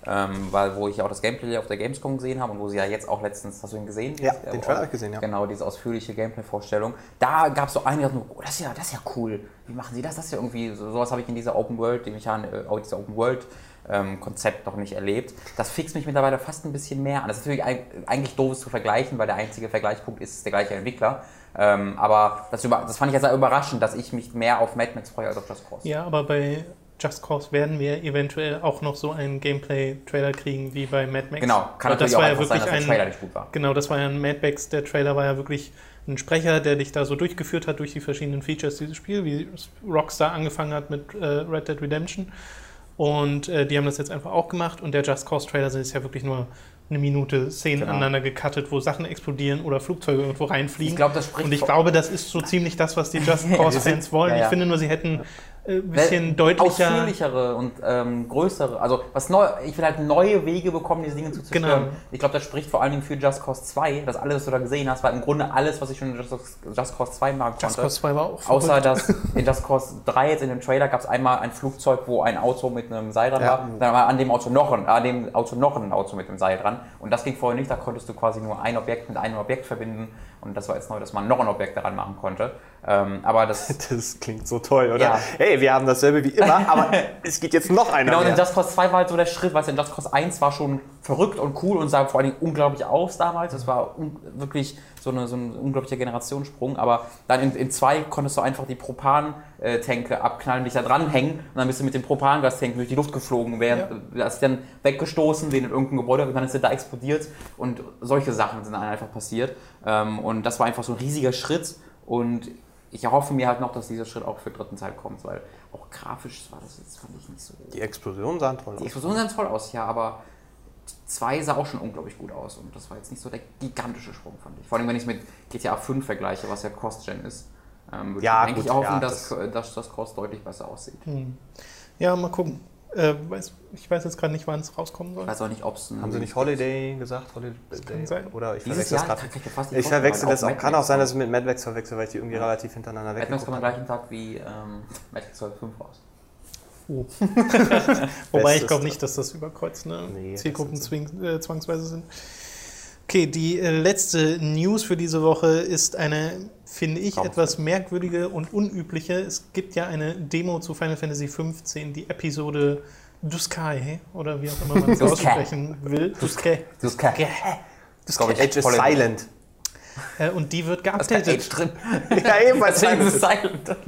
wo ich auch das Gameplay auf der Gamescom gesehen habe und wo sie ja jetzt auch letztens, hast du ihn gesehen? Ja, den Trailer habe ich gesehen, ja. Genau, diese ausführliche Gameplay-Vorstellung. Da gab es so einige, die dachten, oh, das ist ja cool. Wie machen sie das? Das ist ja irgendwie, sowas habe ich in dieser Open World, dieser Open World Konzept noch nicht erlebt. Das fixt mich mittlerweile fast ein bisschen mehr an. Das ist natürlich eigentlich doof zu vergleichen, weil der einzige Vergleichspunkt ist der gleiche Entwickler. Aber das fand ich ja sehr überraschend, dass ich mich mehr auf Mad Max freue als auf Just Cause. Ja, aber bei Just Cause werden wir eventuell auch noch so einen Gameplay-Trailer kriegen wie bei Mad Max. Genau, kann natürlich auch einfach sein, dass der Trailer nicht gut war. Genau, das war ja ein Mad Max, der Trailer war ja wirklich ein Sprecher, der dich da so durchgeführt hat durch die verschiedenen Features dieses Spiels, wie Rockstar angefangen hat mit Red Dead Redemption. Und die haben das jetzt einfach auch gemacht und der Just Cause Trailer ist ja wirklich nur eine Minute Szenen aneinander gecuttet, wo Sachen explodieren oder Flugzeuge irgendwo reinfliegen. Ich glaube, das ist so ziemlich das, was die Just Cause-Fans wollen. Ja. Ich finde nur, sie hätten ein bisschen deutlicher... Ausführlichere und größere, also ich will halt neue Wege bekommen, diese Dinge zu zerstören. Genau. Ich glaube, das spricht vor allen Dingen für Just Cause 2, dass alles, was du da gesehen hast, war im Grunde alles, was ich schon in Just Cause 2 machen konnte. Just Cause 2 war auch außer, dass in Just Cause 3 jetzt in dem Trailer gab es einmal ein Flugzeug, wo ein Auto mit einem Seil dran war, dann war an dem Auto noch ein Auto mit dem Seil dran. Und das ging vorher nicht, da konntest du quasi nur ein Objekt mit einem Objekt verbinden und das war jetzt neu, dass man noch ein Objekt daran machen konnte. Aber das klingt so toll, oder? Ja. Hey, wir haben dasselbe wie immer, aber es geht jetzt noch einer. Genau, und in Just Cause 2 war halt so der Schritt, weil es in Just Cause 1 war schon verrückt und cool und sah vor allen Dingen unglaublich aus damals. Das war wirklich so ein unglaublicher Generationssprung, aber dann in 2 konntest du einfach die Propan-Tanke abknallen, dich da dranhängen und dann bist du mit dem Propangastank durch die Luft geflogen, hast dann weggestoßen, den in irgendein Gebäude und dann ist er da explodiert und solche Sachen sind dann einfach passiert. Und das war einfach so ein riesiger Schritt und ich erhoffe mir halt noch, dass dieser Schritt auch für den dritten Teil kommt, weil auch grafisch war das jetzt, fand ich nicht so... Die Explosionen sahen toll aus. Die Explosionen sahen toll aus, ja, aber 2 sah auch schon unglaublich gut aus und das war jetzt nicht so der gigantische Sprung, fand ich. Vor allem, wenn ich es mit GTA 5 vergleiche, was ja Cross-Gen ist, würde ich eigentlich hoffen, dass das Cross deutlich besser aussieht. Ja, mal gucken. Ich weiß jetzt gerade nicht, wann es rauskommen soll. Ich weiß auch nicht, ob es... Haben sie nicht Holiday gesagt? Holiday? Kann sein. Oder ich Dieses verwechsel Jahr das gerade. ich verwechsel das auch. Kann auch sein, dass ich mit Mad Max verwechsel, weil ich die irgendwie relativ hintereinander Mad Max kommt am gleichen Tag wie Matrix 5 raus. Oh. Wobei ich glaube nicht, dass das überkreuzt, ne? Nee, Zielgruppen zwangsweise sind. Okay, die letzte News für diese Woche ist eine, finde ich, etwas merkwürdige und unübliche. Es gibt ja eine Demo zu Final Fantasy XV, die Episode Duscae, oder wie auch immer man es aussprechen will. Duscae. Edge is silent. Und die wird geupdatet. Drin. Ja, ebenfalls silent.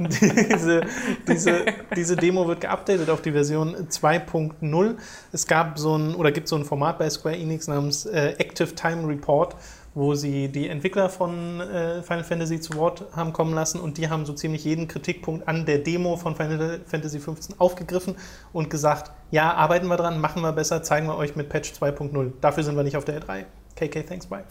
Diese Demo wird geupdatet auf die Version 2.0. Es gab gibt so ein Format bei Square Enix namens Active Time Report, wo sie die Entwickler von Final Fantasy zu Wort haben kommen lassen und die haben so ziemlich jeden Kritikpunkt an der Demo von Final Fantasy 15 aufgegriffen und gesagt, ja, arbeiten wir dran, machen wir besser, zeigen wir euch mit Patch 2.0. Dafür sind wir nicht auf der E3. KK, thanks, bye.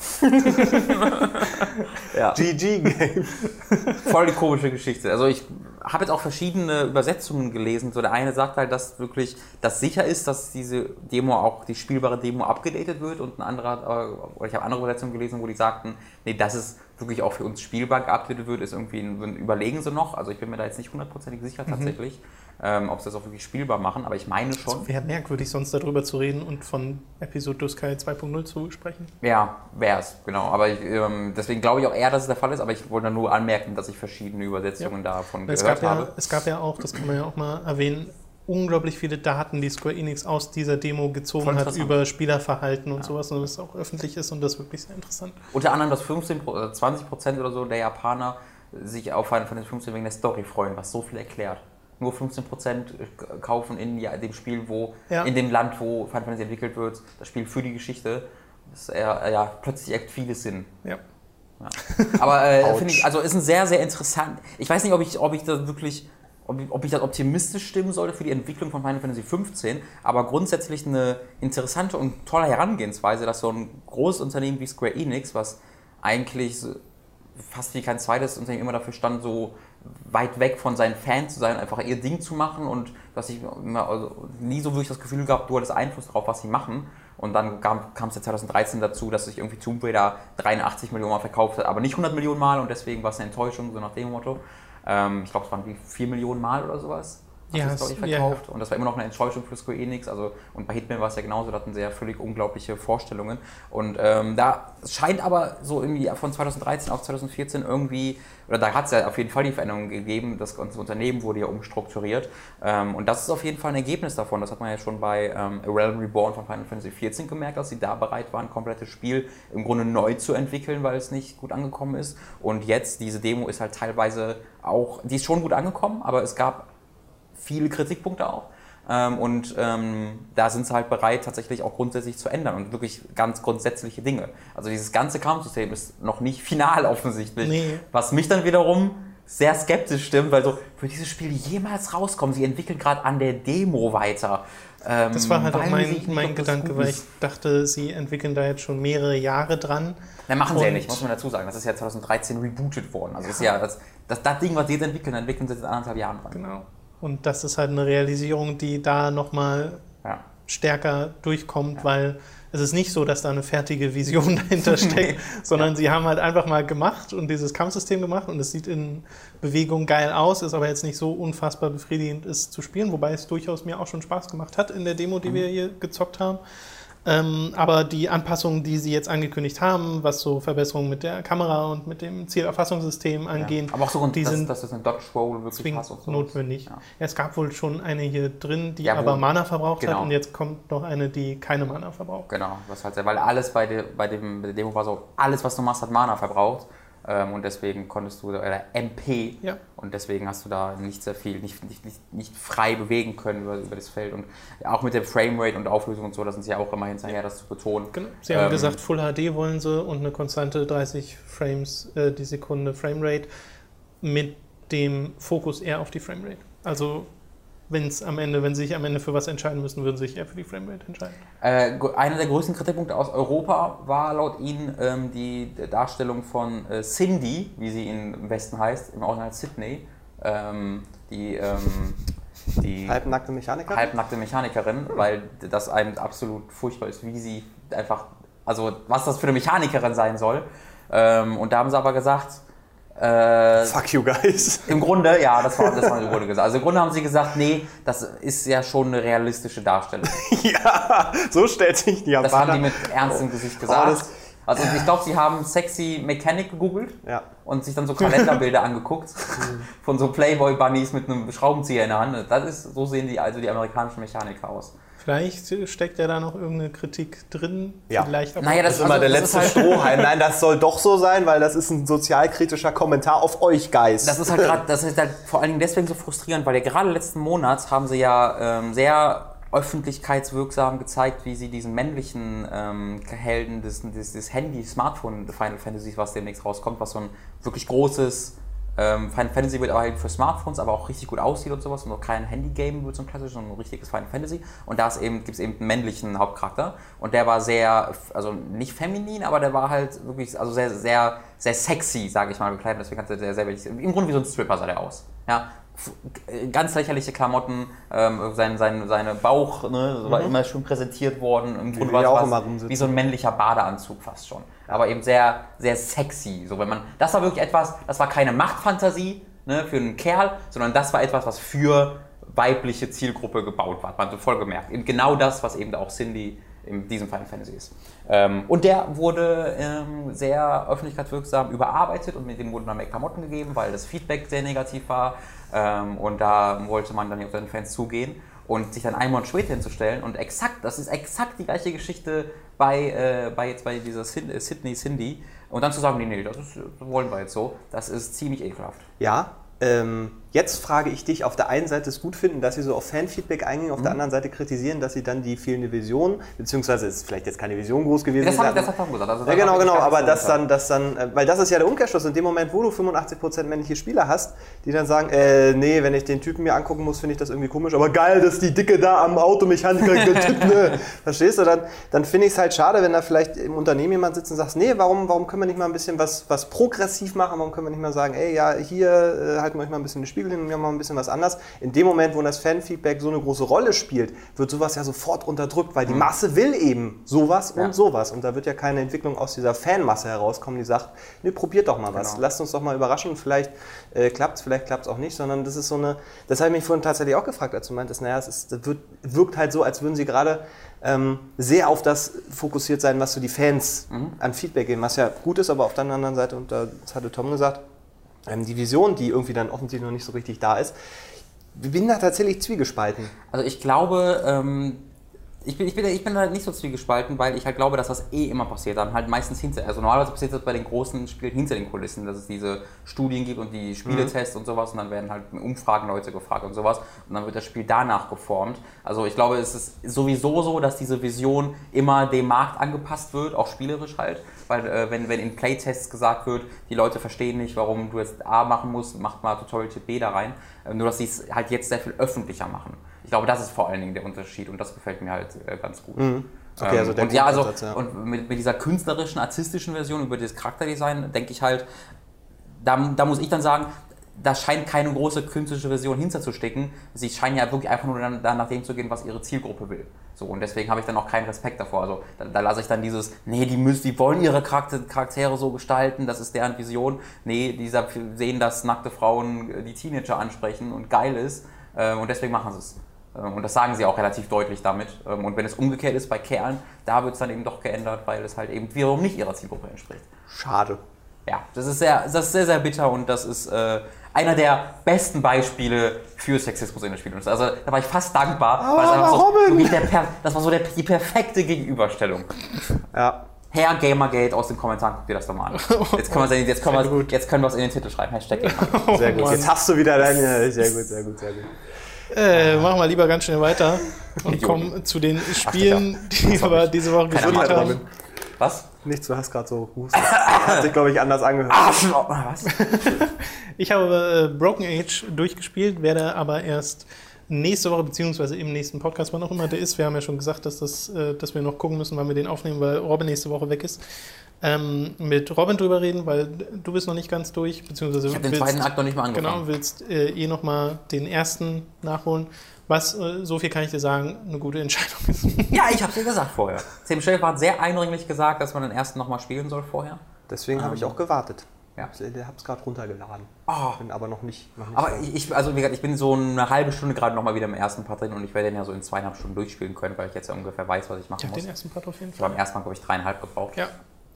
Ja. GG Game. Voll die komische Geschichte. Also ich habe jetzt auch verschiedene Übersetzungen gelesen. So der eine sagt halt, dass wirklich das sicher ist, dass diese Demo auch, die spielbare Demo abgedatet wird und ein anderer, oder ich habe andere Übersetzungen gelesen, wo die sagten, nee, dass es wirklich auch für uns spielbar geupdatet wird, ist irgendwie überlegen sie noch. Also ich bin mir da jetzt nicht hundertprozentig sicher tatsächlich, ob sie das auch wirklich spielbar machen, aber ich meine schon. Es wäre merkwürdig, sonst darüber zu reden und von Episode Duscae 2.0 zu sprechen. Ja, wäre es, genau. Aber deswegen glaube ich auch eher, dass es der Fall ist, aber ich wollte nur anmerken, dass ich verschiedene Übersetzungen davon gehört habe. Es gab ja auch, das kann man ja auch mal erwähnen, unglaublich viele Daten, die Square Enix aus dieser Demo gezogen hat über Spielerverhalten und sowas, und das auch öffentlich ist und das ist wirklich sehr interessant. Unter anderem, dass 20% oder so der Japaner sich auf Final Fantasy 15 wegen der Story freuen, was so viel erklärt. Nur 15% kaufen in dem Spiel, in dem Land, wo Final Fantasy entwickelt wird, das Spiel für die Geschichte. Das ist plötzlich echt vieles Sinn. Ja. Ja. Aber finde ich, also ist ein sehr, sehr interessant. Ich weiß nicht, ob ich das wirklich, ob ich das optimistisch stimmen sollte für die Entwicklung von Final Fantasy 15, aber grundsätzlich eine interessante und tolle Herangehensweise, dass so ein großes Unternehmen wie Square Enix, was eigentlich fast wie kein zweites Unternehmen immer dafür stand, so weit weg von seinen Fans zu sein, einfach ihr Ding zu machen, und dass ich nie so wirklich das Gefühl gehabt, du hattest Einfluss darauf, was sie machen. Und dann kam es ja 2013 dazu, dass sich irgendwie Tomb Raider 83 Millionen Mal verkauft hat, aber nicht 100 Millionen Mal, und deswegen war es eine Enttäuschung, so nach dem Motto. Ich glaube, es waren wie 4 Millionen Mal oder sowas. Verkauft. Ja. Und das war immer noch eine Enttäuschung für Square Enix. Und bei Hitman war es ja genauso, da hatten sie ja völlig unglaubliche Vorstellungen. Und da scheint aber so irgendwie von 2013 auf 2014 irgendwie, oder da hat es ja auf jeden Fall die Veränderung gegeben, das ganze Unternehmen wurde ja umstrukturiert. Und das ist auf jeden Fall ein Ergebnis davon. Das hat man ja schon bei A Realm Reborn von Final Fantasy XIV gemerkt, dass sie da bereit waren, ein komplettes Spiel im Grunde neu zu entwickeln, weil es nicht gut angekommen ist. Und jetzt, diese Demo ist halt teilweise auch, die ist schon gut angekommen, aber es gab viele Kritikpunkte auch. Da sind sie halt bereit, tatsächlich auch grundsätzlich zu ändern und wirklich ganz grundsätzliche Dinge. Also dieses ganze Kampfsystem ist noch nicht final offensichtlich. Nee. Was mich dann wiederum sehr skeptisch stimmt, weil so, wird dieses Spiel jemals rauskommen? Sie entwickeln gerade an der Demo weiter. Das war halt auch mein Gedanke, weil ich dachte, sie entwickeln da jetzt schon mehrere Jahre dran. Na, machen sie ja nicht, muss man dazu sagen. Das ist ja 2013 rebootet worden. Also ist ja das Ding, was sie jetzt entwickeln sie seit 1,5 Jahren dran. Genau. Und das ist halt eine Realisierung, die da nochmal stärker durchkommt, weil es ist nicht so, dass da eine fertige Vision dahinter steckt, sondern sie haben halt einfach mal gemacht und dieses Kampfsystem gemacht und es sieht in Bewegung geil aus, ist aber jetzt nicht so unfassbar befriedigend ist zu spielen, wobei es durchaus mir auch schon Spaß gemacht hat in der Demo, die wir hier gezockt haben. Aber die Anpassungen, die sie jetzt angekündigt haben, was so Verbesserungen mit der Kamera und mit dem Zielerfassungssystem angehen, aber auch so, die sind dass das eine Dodge Roll wirklich passt und so. Notwendig. Ja. Es gab wohl schon eine hier drin, die aber Mana verbraucht hat, und jetzt kommt noch eine, die keine Mana verbraucht. Genau, was halt, weil alles bei der Demo war so, alles was du machst hat Mana verbraucht. Und deswegen konntest du, oder MP, und deswegen hast du da nicht sehr viel, nicht frei bewegen können über das Feld. Und auch mit der Framerate und Auflösung und so, da sind sie ja auch immer hinterher, das zu betonen. Genau. Sie haben gesagt, Full HD wollen sie und eine konstante 30 Frames die Sekunde Framerate mit dem Fokus eher auf die Framerate? Also wenn sie sich am Ende für was entscheiden müssen, würden sie sich eher für die Framerate entscheiden? Einer der größten Kritikpunkte aus Europa war laut ihnen die Darstellung von Cindy, wie sie im Westen heißt, im Original Sydney. Die halbnackte Mechanikerin, weil das einem absolut furchtbar ist, wie sie einfach, also was das für eine Mechanikerin sein soll. Und da haben sie aber gesagt, fuck you guys. Im Grunde, ja, das war im Grunde gesagt. Also im Grunde haben sie gesagt, nee, das ist ja schon eine realistische Darstellung. Ja, so stellt sich die Japaner. Das haben die mit ernstem Gesicht gesagt. Also ich glaube, sie haben Sexy Mechanic gegoogelt und sich dann so Kalenderbilder angeguckt von so Playboy-Bunnies mit einem Schraubenzieher in der Hand. So sehen die amerikanischen Mechaniker aus. Vielleicht steckt ja da noch irgendeine Kritik drin. Ja. Vielleicht aber das ist immer der letzte Strohhalm. Nein, das soll doch so sein, weil das ist ein sozialkritischer Kommentar auf euch, Guys. Das ist halt vor allen Dingen deswegen so frustrierend, weil ja gerade letzten Monat haben sie ja sehr öffentlichkeitswirksam gezeigt, wie sie diesen männlichen Helden des Handy-Smartphone Final Fantasy, was demnächst rauskommt, was so ein wirklich großes Final Fantasy wird aber halt für Smartphones, aber auch richtig gut aussieht und sowas und auch kein Handy-Game wird so ein klassisches, sondern ein richtiges Final Fantasy. Und da gibt es eben einen männlichen Hauptcharakter und der war sehr, also nicht feminin, aber der war halt wirklich, also sehr, sehr, sehr sexy, sage ich mal, bekleidet. Deswegen hat er sehr, im Grunde wie so ein Stripper sah der aus. Ja. Ganz lächerliche Klamotten, seine Bauch, ne, war immer schön präsentiert worden. Im Grunde war es wie so ein männlicher Badeanzug fast schon. Aber eben sehr, sehr sexy. So, das war wirklich etwas, das war keine Machtfantasie, ne, für einen Kerl, sondern das war etwas, was für weibliche Zielgruppe gebaut war. Hat man so voll gemerkt. Eben genau das, was eben auch Cindy in diesem Final Fantasy ist. Und der wurde sehr öffentlichkeitswirksam überarbeitet und mit dem wurden dann mehr Klamotten gegeben, weil das Feedback sehr negativ war. Und da wollte man dann auf seine Fans zugehen und sich dann einen Monat später hinzustellen und das ist exakt die gleiche Geschichte bei dieser Sydney Cindy und dann zu sagen, nee, das wollen wir jetzt so, das ist ziemlich ekelhaft. Ja, jetzt frage ich dich, auf der einen Seite es gut finden, dass sie so auf Fanfeedback eingehen, auf der anderen Seite kritisieren, dass sie dann die fehlende Vision, beziehungsweise ist vielleicht jetzt keine Vision groß gewesen. Das hat er gesagt. Also ja, genau, aber das dann, weil das ist ja der Umkehrschluss, in dem Moment, wo du 85% männliche Spieler hast, die dann sagen, nee, wenn ich den Typen mir angucken muss, finde ich das irgendwie komisch, aber geil, dass die Dicke da am Automechaniker ne? Verstehst du? Dann finde ich es halt schade, wenn da vielleicht im Unternehmen jemand sitzt und sagt, nee, warum können wir nicht mal ein bisschen was progressiv machen, warum können wir nicht mal sagen, ey, ja, hier halten wir euch mal ein bisschen den Spiegel hin und wir haben mal ein bisschen was anders. In dem Moment, wo das Fanfeedback so eine große Rolle spielt, wird sowas ja sofort unterdrückt, weil die Masse will eben sowas und sowas. Und da wird ja keine Entwicklung aus dieser Fanmasse herauskommen, die sagt, nee, probiert doch mal was, lasst uns doch mal überraschen, vielleicht klappt es auch nicht, sondern das ist so eine, das habe ich mich vorhin tatsächlich auch gefragt, als du meintest, naja, wirkt halt so, als würden sie gerade sehr auf das fokussiert sein, was so die Fans an Feedback geben, was ja gut ist, aber auf der anderen Seite, und das hatte Tom gesagt, die Vision, die irgendwie dann offensichtlich noch nicht so richtig da ist, ich bin da tatsächlich zwiegespalten. Also ich glaube, ich bin da nicht so zwiegespalten, weil ich halt glaube, dass das immer passiert, dann halt meistens also normalerweise passiert das bei den großen Spielen hinter den Kulissen, dass es diese Studien gibt und die Spieletests und sowas und dann werden halt Umfragen Leute gefragt und sowas und dann wird das Spiel danach geformt. Also ich glaube, es ist sowieso so, dass diese Vision immer dem Markt angepasst wird, auch spielerisch halt, weil wenn in Playtests gesagt wird, die Leute verstehen nicht, warum du jetzt A machen musst, macht mal Tutorial-Tipp B da rein, nur dass sie es halt jetzt sehr viel öffentlicher machen. Ich glaube, das ist vor allen Dingen der Unterschied und das gefällt mir halt ganz gut. Okay, also und mit dieser künstlerischen, artistischen Version über das Charakterdesign denke ich halt, da muss ich dann sagen, da scheint keine große künstlerische Version hinterzustecken. Sie scheinen ja wirklich einfach nur dann nach dem zu gehen, was ihre Zielgruppe will. So, und deswegen habe ich dann auch keinen Respekt davor. Also da lasse ich dann dieses, nee, die wollen ihre Charaktere so gestalten, das ist deren Vision. Nee, die sehen, dass nackte Frauen die Teenager ansprechen und geil ist und deswegen machen sie es. Und das sagen sie auch relativ deutlich damit. Und wenn es umgekehrt ist bei Kerlen, da wird es dann eben doch geändert, weil es halt eben wiederum nicht ihrer Zielgruppe entspricht. Schade. Ja, das ist sehr, sehr bitter und das ist einer der besten Beispiele für Sexismus in der Spielindustrie. Also da war ich fast dankbar, weil es einfach das war so die perfekte Gegenüberstellung. Ja. Herr Gamergate aus den Kommentaren, guck dir das doch mal an. Jetzt können wir es in den Titel schreiben. Hashtag Gamergate. Sehr gut. Jetzt hast du wieder deine. Sehr gut. Machen wir lieber ganz schnell weiter und kommen zu den Spielen, die wir diese Woche gespielt haben. Was? Nichts, du hast gerade so gehustet. Hat sich, glaube ich, anders angehört. Was? Ich habe Broken Age durchgespielt, werde aber erst nächste Woche, beziehungsweise im nächsten Podcast, wann auch immer der ist. Wir haben ja schon gesagt, dass wir noch gucken müssen, wann wir den aufnehmen, weil Robin nächste Woche weg ist. Mit Robin drüber reden, weil du bist noch nicht ganz durch, beziehungsweise ich habe den zweiten Akt noch nicht mal angefangen. Genau, willst nochmal den ersten nachholen. Was, so viel kann ich dir sagen, eine gute Entscheidung ist. Ja, ich habe es dir gesagt vorher. Tim Schäfer hat sehr eindringlich gesagt, dass man den ersten nochmal spielen soll vorher. Deswegen habe ich auch gewartet. Ja. Ich habe es gerade runtergeladen. Bin aber noch nicht aber also wie gesagt, ich bin so eine halbe Stunde gerade nochmal wieder im ersten Part drin und ich werde den ja so in 2,5 Stunden durchspielen können, weil ich jetzt ja ungefähr weiß, was ich machen muss. Den ersten Part auf jeden Ich Fall. habe beim ersten Mal, glaube ich, 3,5 gebraucht. Ja.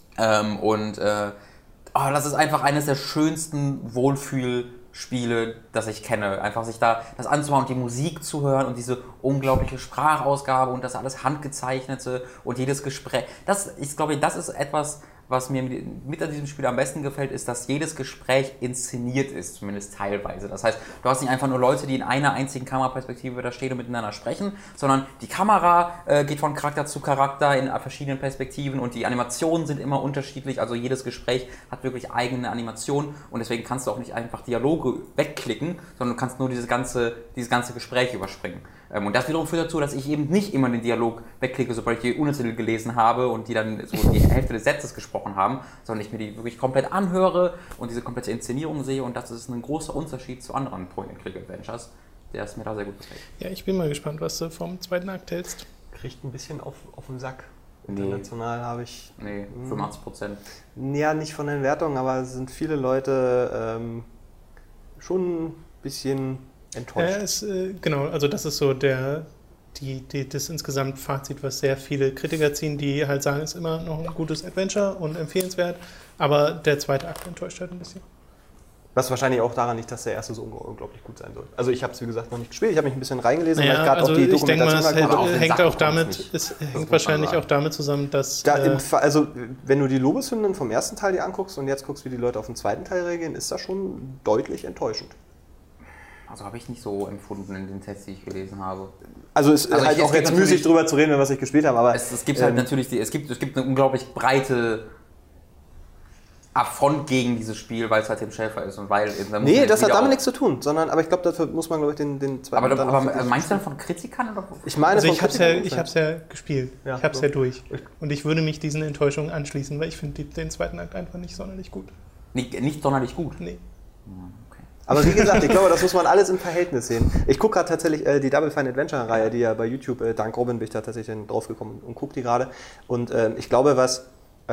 Das ist einfach eines der schönsten Wohlfühlspiele, das ich kenne. Einfach sich da das anzumachen und die Musik zu hören und diese unglaubliche Sprachausgabe und das alles handgezeichnete und jedes Gespräch. Ich glaube, das ist etwas, was mir mit an diesem Spiel am besten gefällt, ist, dass jedes Gespräch inszeniert ist, zumindest teilweise. Das heißt, du hast nicht einfach nur Leute, die in einer einzigen Kameraperspektive da stehen und miteinander sprechen, sondern die Kamera geht von Charakter zu Charakter in verschiedenen Perspektiven und die Animationen sind immer unterschiedlich. Also jedes Gespräch hat wirklich eigene Animationen und deswegen kannst du auch nicht einfach Dialoge wegklicken, sondern du kannst nur dieses ganze Gespräch überspringen. Und das wiederum führt dazu, dass ich eben nicht immer den Dialog wegklicke, sobald ich die Untertitel gelesen habe und die dann so die Hälfte des Satzes gesprochen haben, sondern ich mir die wirklich komplett anhöre und diese komplette Inszenierung sehe und das ist ein großer Unterschied zu anderen Point-and-Click-Adventures, der es mir da sehr gut gefällt. Ja, ich bin mal gespannt, was du vom zweiten Akt hältst. Kriegt ein bisschen auf den Sack. Nee. International habe ich... Nee, 85%. Ja, nicht von den Wertungen, aber es sind viele Leute schon ein bisschen enttäuscht. Genau, also das ist so das insgesamt Fazit, was sehr viele Kritiker ziehen, die halt sagen, es ist immer noch ein gutes Adventure und empfehlenswert, aber der zweite Akt enttäuscht halt ein bisschen. Was wahrscheinlich auch daran liegt, dass der erste so unglaublich gut sein soll. Also ich habe es, wie gesagt, noch nicht gespielt, ich habe mich ein bisschen reingelesen, naja, weil ich gerade also auch die ich denke Dokumentation mal, es hängt wahrscheinlich auch damit zusammen, dass... also wenn du die Lobeshymnen vom ersten Teil dir anguckst und jetzt guckst, wie die Leute auf den zweiten Teil reagieren, ist das schon deutlich enttäuschend. Also habe ich nicht so empfunden in den Tests, die ich gelesen habe. Also es ist halt auch jetzt müßig drüber zu reden, was ich gespielt habe, aber... Es gibt halt natürlich, es gibt eine unglaublich breite Affront gegen dieses Spiel, weil es halt Tim Schäfer ist und weil... Nee, das hat damit nichts zu tun, aber ich glaube, dafür muss man, glaube ich, den zweiten... Aber meinst du dann von Kritikern? Oder? Ich meine also von Kritikern. Ich habe es ja gespielt, ja, ich habe es ja durch und ich würde mich diesen Enttäuschungen anschließen, weil ich finde den zweiten Akt einfach nicht sonderlich gut. Nicht sonderlich gut? Nee. Aber wie gesagt, ich glaube, das muss man alles im Verhältnis sehen. Ich gucke gerade tatsächlich die Double Fine Adventure-Reihe, die ja bei YouTube, dank Robin bin ich da tatsächlich draufgekommen und gucke die gerade. Und ich glaube, was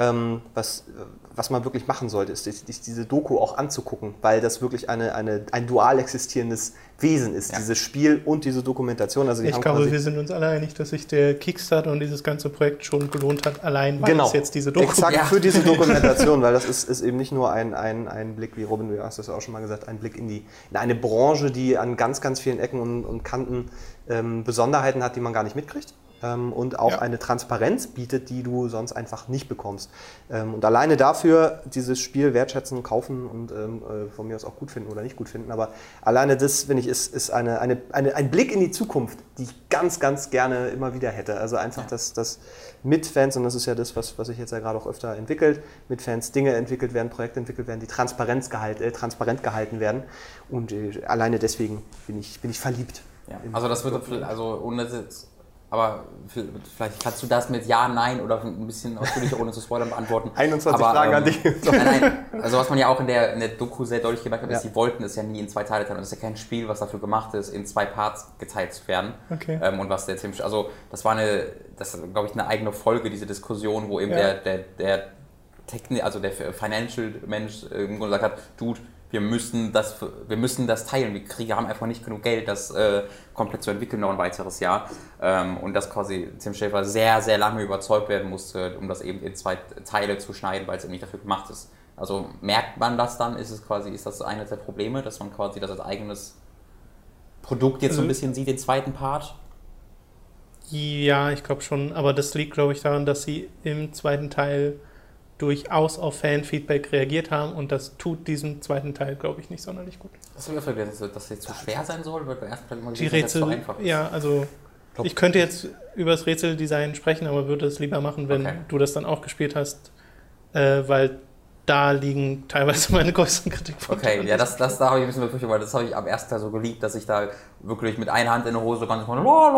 man wirklich machen sollte, ist diese Doku auch anzugucken, weil das wirklich ein dual existierendes Wesen ist, dieses Spiel und diese Dokumentation. Also ich glaube, wir sind uns alle einig, dass sich der Kickstarter und dieses ganze Projekt schon gelohnt hat, allein weil es jetzt diese Doku exakt für diese Dokumentation, weil das ist eben nicht nur ein Blick, wie Robin, du hast das auch schon mal gesagt, ein Blick in eine Branche, die an ganz, ganz vielen Ecken und Kanten Besonderheiten hat, die man gar nicht mitkriegt. Und auch eine Transparenz bietet, die du sonst einfach nicht bekommst. Und alleine dafür dieses Spiel wertschätzen, kaufen und von mir aus auch gut finden oder nicht gut finden, aber alleine das, finde ich, ist ein Blick in die Zukunft, die ich ganz, ganz gerne immer wieder hätte. Also einfach, dass mit Fans, und das ist ja das, was sich jetzt ja gerade auch öfter entwickelt, mit Fans Dinge entwickelt werden, Projekte entwickelt werden, die transparent gehalten werden. Und alleine deswegen bin ich verliebt. Ja. Also das wird, ohne das aber vielleicht kannst du das mit Ja, Nein oder ein bisschen ausführlicher, ohne zu spoilern, beantworten. 21 Fragen an dich. Nein. Also was man ja auch in der Doku sehr deutlich gemerkt hat, ist, die wollten es ja nie in 2 Teile teilen. Das ist ja kein Spiel, was dafür gemacht ist, in 2 Parts geteilt zu werden. Okay. Und was der Tim... Also das war glaube ich, eine eigene Folge, diese Diskussion, wo eben der Financial-Mensch gesagt hat, Dude, wir müssen das teilen. Wir haben einfach nicht genug Geld, das komplett zu entwickeln, noch ein weiteres Jahr. Und dass quasi Tim Schäfer sehr, sehr lange überzeugt werden musste, um das eben in 2 Teile zu schneiden, weil es eben nicht dafür gemacht ist. Also merkt man das dann? Ist das eines der Probleme, dass man quasi das als eigenes Produkt jetzt so ein bisschen sieht, den zweiten Part? Ja, ich glaube schon. Aber das liegt, glaube ich, daran, dass sie im zweiten Teil durchaus auf Fanfeedback reagiert haben und das tut diesem zweiten Teil, glaube ich, nicht sonderlich gut. Hast du mir vergessen, dass es zu schwer sein soll? Weil beim ersten Teil immer die Rätsel, so einfach ist. Ja, also Ich könnte jetzt über das Rätseldesign sprechen, aber würde es lieber machen, wenn du das dann auch gespielt hast, weil da liegen teilweise meine größten Kritikpunkte. Okay, ja, da habe ich ein bisschen befürchtet, weil das habe ich am ersten Teil so geliebt, dass ich da wirklich mit einer Hand in der Hose ganz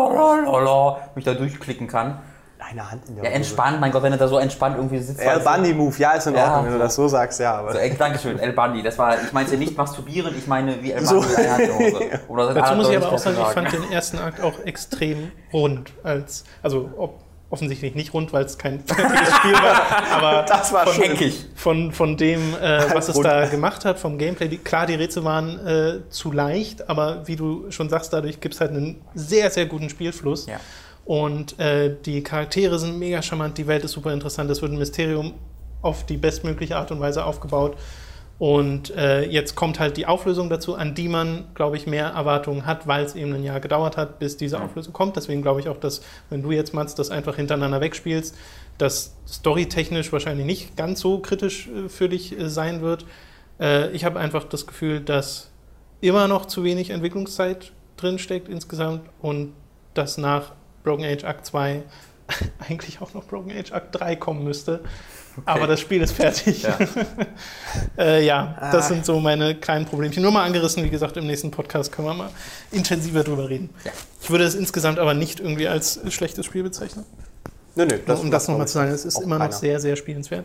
mich da durchklicken kann. Eine Hand in der Ja, Hose. Entspannt, mein Gott, wenn er da so entspannt irgendwie sitzt. El Bundy-Move, ja, ist in Ordnung, wenn du das so sagst, ja. Aber So, Dankeschön, El Bundy. Ich meine ja nicht masturbieren, ich meine wie El Bundy eine Hand in der Hose. Dazu muss ich aber auch sagen, ich fand den ersten Akt auch extrem rund. Offensichtlich nicht rund, weil es kein fertiges Spiel war, aber das war von dem, was es da gemacht hat, vom Gameplay. Klar, die Rätsel waren zu leicht, aber wie du schon sagst, dadurch gibt es halt einen sehr, sehr guten Spielfluss. Ja. Und die Charaktere sind mega charmant, die Welt ist super interessant, es wird ein Mysterium auf die bestmögliche Art und Weise aufgebaut. Und jetzt kommt halt die Auflösung dazu, an die man, glaube ich, mehr Erwartungen hat, weil es eben ein Jahr gedauert hat, bis diese Auflösung kommt. Deswegen glaube ich auch, dass, wenn du jetzt, Mats, das einfach hintereinander wegspielst, das storytechnisch wahrscheinlich nicht ganz so kritisch für dich sein wird. Ich habe einfach das Gefühl, dass immer noch zu wenig Entwicklungszeit drinsteckt insgesamt und dass nach Broken Age Akt 2 eigentlich auch noch Broken Age Akt 3 kommen müsste. Okay. Aber das Spiel ist fertig. Ja, das sind so meine kleinen Problemchen. Nur mal angerissen, wie gesagt, im nächsten Podcast können wir mal intensiver drüber reden. Ja. Ich würde es insgesamt aber nicht irgendwie als schlechtes Spiel bezeichnen. Nö, um das nochmal zu sagen, es ist immer noch sehr, sehr spielenswert.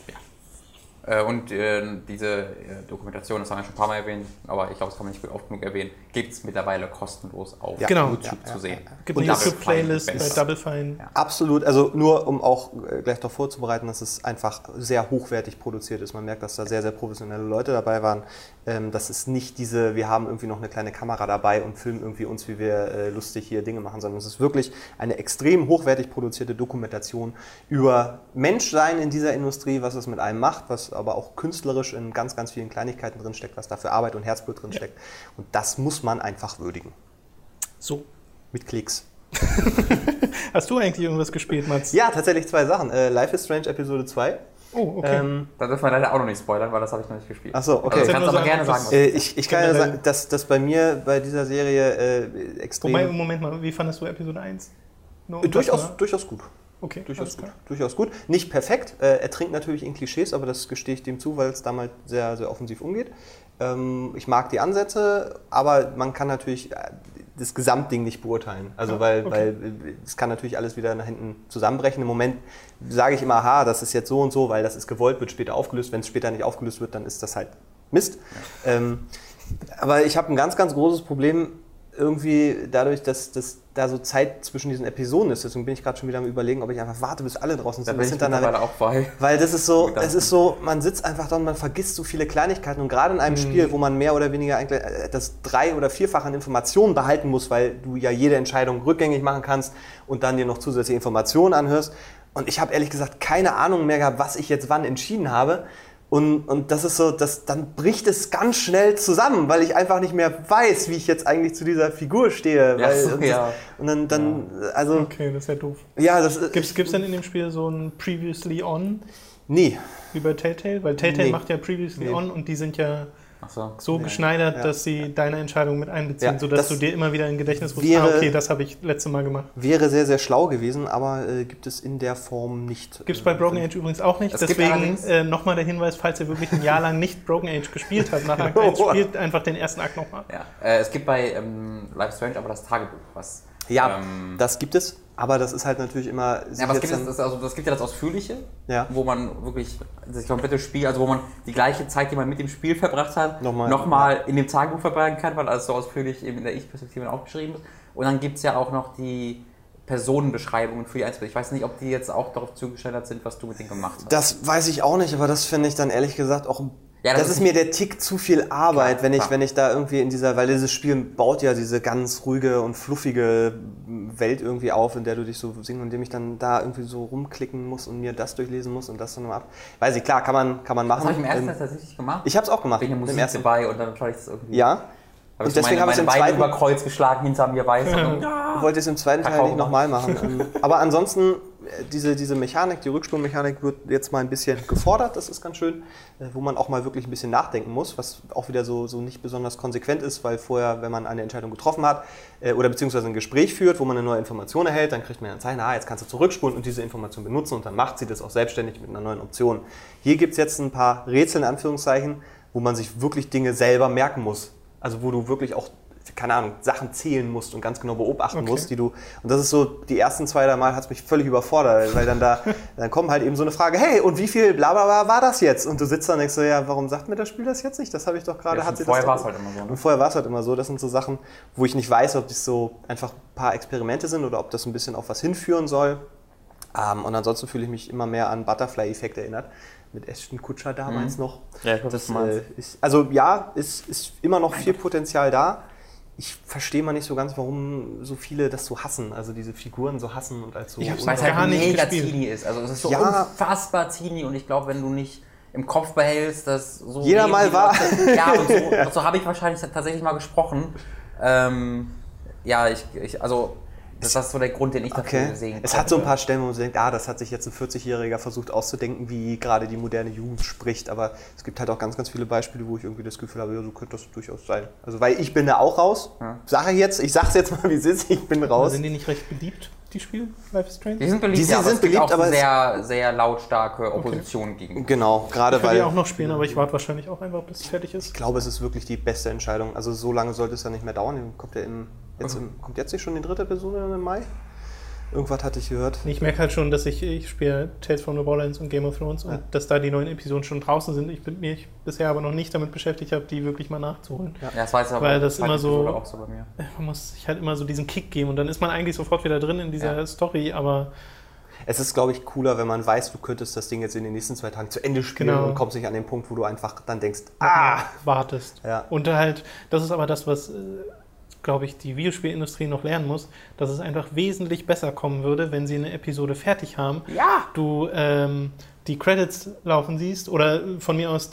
Und diese Dokumentation, das haben wir schon ein paar Mal erwähnt, aber ich glaube, das kann man nicht oft genug erwähnen, gibt es mittlerweile kostenlos auf YouTube zu sehen. Gibt eine YouTube-Playlist bei Double Fine. Ja. Absolut, also nur um auch gleich darauf vorzubereiten, dass es einfach sehr hochwertig produziert ist. Man merkt, dass da sehr, sehr professionelle Leute dabei waren. Das ist nicht wir haben irgendwie noch eine kleine Kamera dabei und filmen irgendwie uns, wie wir lustig hier Dinge machen, sondern es ist wirklich eine extrem hochwertig produzierte Dokumentation über Menschsein in dieser Industrie, was es mit einem macht, was aber auch künstlerisch in ganz, ganz vielen Kleinigkeiten drinsteckt, was da für Arbeit und Herzblut drinsteckt. Ja. Und das muss man einfach würdigen. So. Mit Klicks. Hast du eigentlich irgendwas gespielt, Mats? Ja, tatsächlich 2 Sachen. Life is Strange Episode 2. Oh, okay. Da dürfen wir leider auch noch nicht spoilern, weil das habe ich noch nicht gespielt. Achso, okay. Also, kannst aber gerne sagen. Ich kann ja sagen, dass bei mir bei dieser Serie extrem... Wobei, Moment mal, wie fandest du Episode 1? Durchaus gut. Okay, durchaus gut. Nicht perfekt. Er trinkt natürlich in Klischees, aber das gestehe ich dem zu, weil es damals sehr, sehr offensiv umgeht. Ich mag die Ansätze, aber man kann natürlich das Gesamtding nicht beurteilen. Also weil es kann natürlich alles wieder nach hinten zusammenbrechen. Im Moment sage ich immer, das ist jetzt so und so, weil das ist gewollt, wird später aufgelöst. Wenn es später nicht aufgelöst wird, dann ist das halt Mist. Ja. Aber ich habe ein ganz, ganz großes Problem irgendwie dadurch, dass da so Zeit zwischen diesen Episoden ist. Deswegen bin ich gerade schon wieder am Überlegen, ob ich einfach warte, bis alle draußen sind. Da bin ich mittlerweile auch bei. Weil das ist so, man sitzt einfach da und man vergisst so viele Kleinigkeiten. Und gerade in einem Spiel, wo man mehr oder weniger eigentlich das 3- oder 4-fach an Informationen behalten muss, weil du ja jede Entscheidung rückgängig machen kannst und dann dir noch zusätzliche Informationen anhörst. Und ich habe ehrlich gesagt keine Ahnung mehr gehabt, was ich jetzt wann entschieden habe. Und das ist so, dann bricht es ganz schnell zusammen, weil ich einfach nicht mehr weiß, wie ich jetzt eigentlich zu dieser Figur stehe. Okay, das ist ja doof. Ja, Gibt's denn in dem Spiel so ein Previously On? Nee. Wie bei Telltale? Weil Telltale macht ja Previously On und die sind ja so geschneidert, dass sie deine Entscheidung mit einbeziehen, sodass du dir immer wieder in Gedächtnis rufst, okay, das habe ich letzte Mal gemacht. Wäre sehr, sehr schlau gewesen, aber gibt es in der Form nicht. Gibt es bei Broken Age übrigens auch nicht, deswegen nochmal der Hinweis, falls ihr wirklich ein Jahr lang nicht Broken Age gespielt habt, nach Akt 1, spielt einfach den ersten Akt nochmal. Ja. Es gibt bei Life is Strange aber das Tagebuch, was... Ja, das gibt es, aber das ist halt natürlich immer... Ja, aber es gibt ja das Ausführliche, wo man wirklich das komplette Spiel, also wo man die gleiche Zeit, die man mit dem Spiel verbracht hat, nochmal in dem Tagebuch verbringen kann, weil alles so ausführlich eben in der Ich-Perspektive aufgeschrieben ist. Und dann gibt es ja auch noch die Personenbeschreibungen für die Einzelnen. Ich weiß nicht, ob die jetzt auch darauf zugeschneidert sind, was du mit denen gemacht hast. Das weiß ich auch nicht, aber das finde ich dann ehrlich gesagt auch... Ja, das ist mir der Tick zu viel Arbeit, klar, wenn ich da irgendwie in dieser, weil dieses Spiel baut ja diese ganz ruhige und fluffige Welt irgendwie auf, in der du dich so singst, und indem ich dann da irgendwie so rumklicken muss und mir das durchlesen muss und das dann ab. Weiß ich, klar, kann man machen. Das habe ich im ersten Teil tatsächlich gemacht. Ich habe es auch gemacht. Wegen der Musik dabei und dann schaue ich das irgendwie. Ja. Und deswegen habe ich meine Beine über Kreuz geschlagen, hinter mir weiß. Ich wollte es im zweiten Teil nicht nochmal machen. Aber ansonsten diese Mechanik, die Rückspulmechanik wird jetzt mal ein bisschen gefordert, das ist ganz schön, wo man auch mal wirklich ein bisschen nachdenken muss, was auch wieder so nicht besonders konsequent ist, weil vorher, wenn man eine Entscheidung getroffen hat oder beziehungsweise ein Gespräch führt, wo man eine neue Information erhält, dann kriegt man ein Zeichen, jetzt kannst du zurückspulen und diese Information benutzen und dann macht sie das auch selbstständig mit einer neuen Option. Hier gibt es jetzt ein paar Rätsel in Anführungszeichen, wo man sich wirklich Dinge selber merken muss. Also wo du wirklich auch, keine Ahnung, Sachen zählen musst und ganz genau beobachten musst, und das ist so, die ersten 2, 3 Mal hat es mich völlig überfordert, weil dann kommt halt eben so eine Frage, hey, und wie viel blablabla war das jetzt? Und du sitzt da und denkst so, ja, warum sagt mir das Spiel das jetzt nicht? Das habe ich doch gerade, vorher war es halt immer so. Ne? Und vorher war es halt immer so, das sind so Sachen, wo ich nicht weiß, ob das so einfach ein paar Experimente sind oder ob das ein bisschen auf was hinführen soll. Und ansonsten fühle ich mich immer mehr an Butterfly-Effekt erinnert. Mit Ashton Kutcher damals noch. Ja, ich glaube, das ist immer noch viel Potenzial da. Ich verstehe mal nicht so ganz, warum so viele das so hassen, also diese Figuren so hassen und als so. Weil es halt mega teeny ist. Also es ist so unfassbar teeny und ich glaube, wenn du nicht im Kopf behältst, dass so jeder mal war. Ja, und so habe ich wahrscheinlich tatsächlich mal gesprochen. Das ist so der Grund, den ich dafür sehen kann. Es hat so ein paar Stellen, wo man denkt, das hat sich jetzt ein 40-Jähriger versucht auszudenken, wie gerade die moderne Jugend spricht. Aber es gibt halt auch ganz, ganz viele Beispiele, wo ich irgendwie das Gefühl habe, ja, so könnte das durchaus sein. Also, weil ich bin da auch raus. Ja. Ich sag's jetzt mal, wie es ist, ich bin raus. Aber sind die nicht recht beliebt, die Spiele, Life is Strange? Die sind beliebt, aber sehr, sehr lautstarke Opposition gegen. Genau, gerade weil... Ich will die auch noch spielen, aber ich warte wahrscheinlich auch einfach, bis es fertig ist. Ich glaube, es ist wirklich die beste Entscheidung. Also so lange sollte es ja nicht mehr dauern. Kommt jetzt nicht schon die 3. Episode im Mai? Irgendwas hatte ich gehört. Ich merke halt schon, dass ich spiele Tales from the Borderlands und Game of Thrones und dass da die neuen Episoden schon draußen sind. Ich bin mich bisher aber noch nicht damit beschäftigt habe, die wirklich mal nachzuholen. Ja, das weiß ich aber. Weil das immer so, auch so bei mir. Man muss sich halt immer so diesen Kick geben und dann ist man eigentlich sofort wieder drin in dieser Story, aber... Es ist, glaube ich, cooler, wenn man weiß, du könntest das Ding jetzt in den nächsten 2 Tagen zu Ende spielen und kommst nicht an den Punkt, wo du einfach dann denkst, wartest. Ja. Und halt, das ist aber das, was... glaube ich, die Videospielindustrie noch lernen muss, dass es einfach wesentlich besser kommen würde, wenn sie eine Episode fertig haben. Ja! Du die Credits laufen siehst oder von mir aus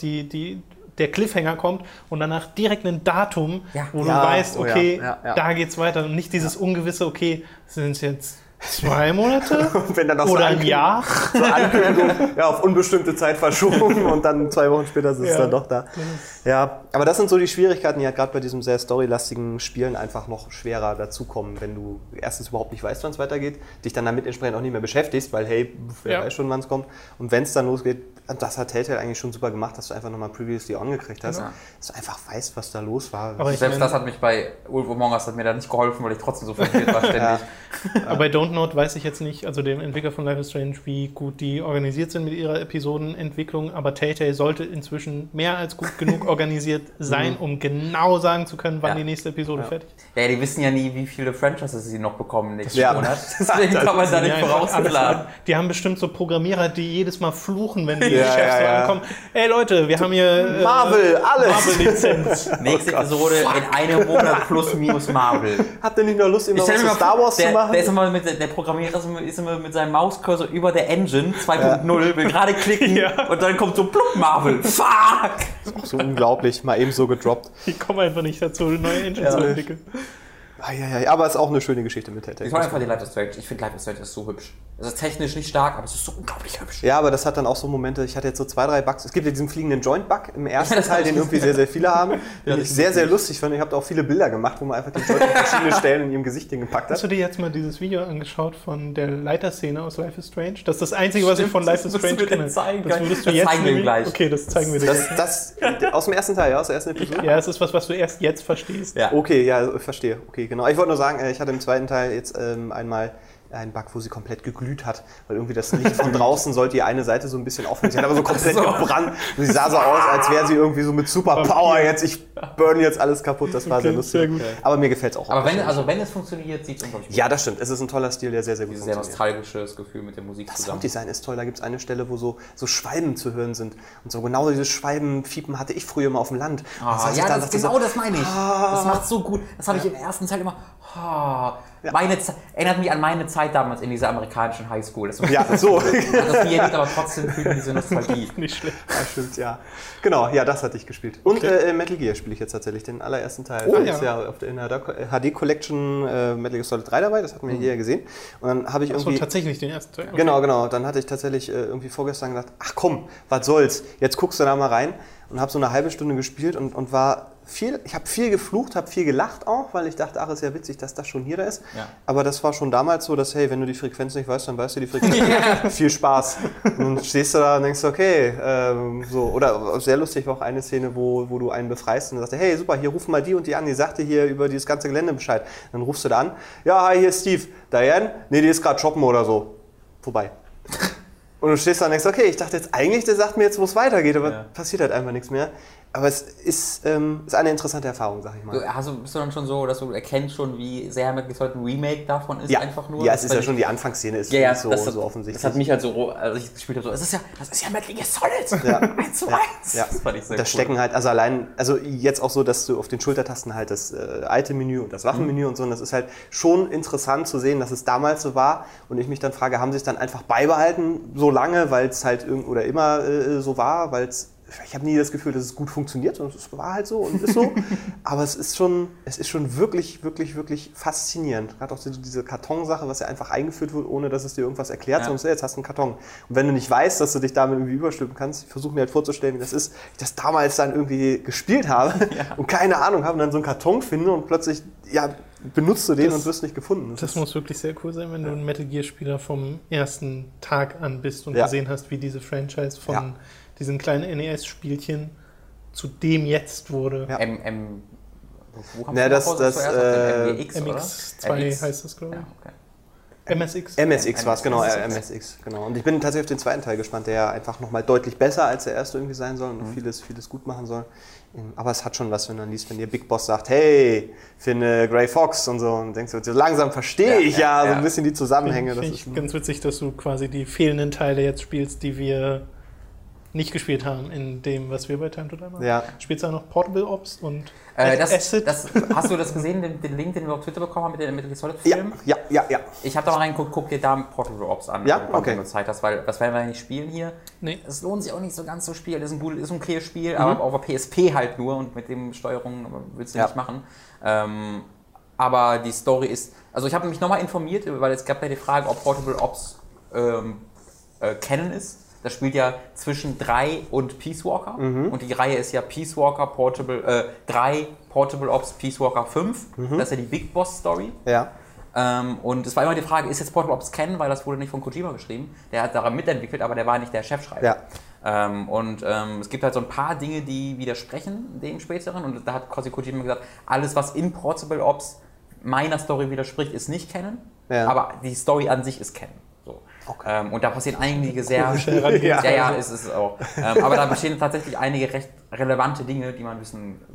der Cliffhanger kommt und danach direkt ein Datum, wo du weißt, da geht's weiter und nicht dieses ungewisse, sind es jetzt 2 Monate und wenn dann noch oder ein Jahr? So Ankündigung, auf unbestimmte Zeit verschoben und dann 2 Wochen später ist es dann doch da. Ja, aber das sind so die Schwierigkeiten, die halt gerade bei diesem sehr storylastigen Spielen einfach noch schwerer dazukommen, wenn du erstens überhaupt nicht weißt, wann es weitergeht, dich dann damit entsprechend auch nicht mehr beschäftigst, weil wer weiß schon, wann es kommt. Und wenn es dann losgeht, das hat Telltale eigentlich schon super gemacht, dass du einfach nochmal Previously On gekriegt hast, dass du einfach weißt, was da los war. Aber selbst das hat mich bei Wolf Among Us da nicht geholfen, weil ich trotzdem so frustriert war ständig. Aber bei Don't Nod weiß ich jetzt nicht, also dem Entwickler von Life is Strange, wie gut die organisiert sind mit ihrer Episodenentwicklung, aber Telltale sollte inzwischen mehr als gut genug organisiert sein, um genau sagen zu können, wann die nächste Episode fertig ist. Ja, die wissen ja nie, wie viele Franchises sie noch bekommen nächsten Monat. Deswegen kann man da nicht vorausplanen. Die haben bestimmt so Programmierer, die jedes Mal fluchen, wenn die Chefs so ankommen. Ey Leute, wir haben hier Marvel, alles! Marvel-Lizenz. Nächste Episode in einem Monat plus minus Marvel. Habt ihr nicht noch Lust, was zu Star Wars zu machen? Der Programmierer ist immer mit seinem Mauscursor über der Engine 2.0, will gerade klicken und dann kommt so plupp Marvel. Fuck! Das ist auch so unglaublich, mal eben so gedroppt. Die kommen einfach nicht dazu, eine neue Engine zu entwickeln. Aber es ist auch eine schöne Geschichte mit Telltale. Ich mag einfach die Life is Strange. Ich finde Life is Strange ist so hübsch. Es ist technisch nicht stark, aber es ist so unglaublich hübsch. Ja, aber das hat dann auch so Momente, ich hatte jetzt so 2, 3 Bugs. Es gibt ja diesen fliegenden Joint-Bug im ersten Teil, den irgendwie sehr, sehr viele haben. Den ich sehr, sehr lustig fand. Ich habe da auch viele Bilder gemacht, wo man einfach den Joint an verschiedene Stellen in ihrem Gesicht hingepackt hat. Hast du dir jetzt mal dieses Video angeschaut von der Leiterszene aus Life is Strange? Das ist das Einzige, was ich von Life is Strange kenne. Das würdest du jetzt zeigen wir gleich. Okay, das zeigen wir dir. Das aus dem ersten Teil, aus der ersten Episode? Ja, es ist was du erst jetzt verstehst. Ja. Okay, ich verstehe. Okay, genau. Ich wollte nur sagen, ich hatte im zweiten Teil jetzt einmal einen Bug, wo sie komplett geglüht hat, weil irgendwie das Licht von draußen sollte die eine Seite so ein bisschen offen. Sie hat aber so komplett gebrannt und sie sah so aus, als wäre sie irgendwie so mit Superpower jetzt, ich burn jetzt alles kaputt. Das war sehr lustig. Sehr gut. Aber mir gefällt es auch. Aber wenn es funktioniert, sieht es unglaublich gut aus. Ja, das stimmt. Es ist ein toller Stil, der sehr, sehr gut funktioniert. Sehr nostalgisches Gefühl mit der Musik das zusammen. Das Sounddesign ist toll. Da gibt es eine Stelle, wo so Schwalben zu hören sind. Und so genau dieses Schwalbenfiepen hatte ich früher immer auf dem Land. Das meine ich. Das macht so gut. Das habe ich im ersten Teil immer... Erinnert mich an meine Zeit damals in dieser amerikanischen Highschool. Das so. Das liegt aber trotzdem für diese Nostalgie. Nicht schlecht. Ja, stimmt, ja. Genau, ja, das hatte ich gespielt. Und Metal Gear spiele ich jetzt tatsächlich, den allerersten Teil. Oh, ist ja in der HD Collection Metal Gear Solid 3 dabei, das hatten wir hier gesehen. Und dann habe ich irgendwie... tatsächlich den ersten Teil. Okay. Genau. Dann hatte ich tatsächlich irgendwie vorgestern gedacht, ach komm, was soll's, jetzt guckst du da mal rein. Und habe so eine halbe Stunde gespielt und war ich habe viel geflucht, habe viel gelacht auch, weil ich dachte, ach, ist ja witzig, dass das schon hier da ist. Ja. Aber das war schon damals so, dass, hey, wenn du die Frequenz nicht weißt, dann weißt du die Frequenz. Viel Spaß. Und dann stehst du da und denkst, okay, so. Oder sehr lustig war auch eine Szene, wo du einen befreist und sagst, hey, super, hier rufen mal die und die an, die sagte hier über dieses ganze Gelände Bescheid. Dann rufst du da an, ja, hi, hier ist Steve. Diane? Nee, die ist gerade shoppen oder so. Vorbei. Und du stehst da und denkst, okay, ich dachte jetzt eigentlich, der sagt mir jetzt, wo es weitergeht, aber passiert halt einfach nichts mehr. Aber es ist eine interessante Erfahrung, sag ich mal. Bist du dann schon so, dass du erkennst schon, wie sehr Metal Gear Solid ein Remake davon ist? Ja, einfach nur? ja, es ist ja schon die Anfangsszene, ist so offensichtlich. Das hat mich halt so, als ich gespielt habe, das ist ja Metal Gear Solid! Ja. 1:1! Ja. Das fand ich sehr cool. Stecken halt, also jetzt auch so, dass du auf den Schultertasten halt das Item-Menü und das Waffenmenü und so, und das ist halt schon interessant zu sehen, dass es damals so war und ich mich dann frage, haben sie es dann einfach beibehalten so lange, weil es halt immer so war, weil ich habe nie das Gefühl, dass es gut funktioniert, und es war halt so und ist so. Aber es ist schon wirklich, wirklich, wirklich faszinierend. Gerade auch diese Kartonsache, was ja einfach eingeführt wird, ohne dass es dir irgendwas erklärt, sondern jetzt hast du einen Karton. Und wenn du nicht weißt, dass du dich damit irgendwie überstülpen kannst, ich versuche mir halt vorzustellen, wie das ist, wie ich das damals dann irgendwie gespielt habe und keine Ahnung habe und dann so einen Karton finde und plötzlich, benutzt du den und wirst nicht gefunden. Das muss wirklich sehr cool sein, wenn du ein Metal Gear-Spieler vom ersten Tag an bist und gesehen hast, wie diese Franchise von diesen kleinen NES-Spielchen zu dem jetzt wurde. Ja. Wo haben das MGX, MX2 MX? heißt das, glaube ich. Ja, okay. MSX war es, genau, MSX, genau. Und ich bin tatsächlich auf den zweiten Teil gespannt, der ja einfach nochmal deutlich besser als der erste irgendwie sein soll und vieles gut machen soll. Aber es hat schon was, wenn du dann liest, wenn dir Big Boss sagt, hey, finde Grey Fox und so, und denkst du, langsam verstehe ich so ein bisschen die Zusammenhänge. Finde ich ganz witzig, dass du quasi die fehlenden Teile jetzt spielst, die wir nicht gespielt haben in dem, was wir bei Time to Die machen. Ja. Spielst du auch noch Portable Ops und Acid? Hast du das gesehen, den Link, den wir auf Twitter bekommen haben mit dem Metal Gear Solid Film? Ja. Ich habe da mal reingeguckt, guck dir da Portable Ops an, wenn du Zeit hast, weil das werden wir ja nicht spielen hier. Nee. Es lohnt sich auch nicht so ganz zu spielen. Das ist ein okayes Spiel, aber auf der PSP halt nur, und mit dem Steuerung willst du nicht machen. Aber die Story ist, also ich habe mich nochmal informiert, weil es gab ja die Frage, ob Portable Ops Canon ist. Das spielt ja zwischen 3 und Peace Walker. Und die Reihe ist ja Peace Walker, 3, Portable Ops, Peace Walker 5. Das ist ja die Big Boss Story. Ja. Und es war immer die Frage, ist jetzt Portable Ops Canon, weil das wurde nicht von Kojima geschrieben. Der hat daran mitentwickelt, aber der war nicht der Chefschreiber. Ja. Es gibt halt so ein paar Dinge, die widersprechen dem späteren. Und da hat quasi Kojima gesagt, alles, was in Portable Ops meiner Story widerspricht, ist nicht Canon. Ja. Aber die Story an sich ist Canon. So. Okay. Und da passieren einige sehr... ist es auch. Aber da bestehen tatsächlich einige recht relevante Dinge, die man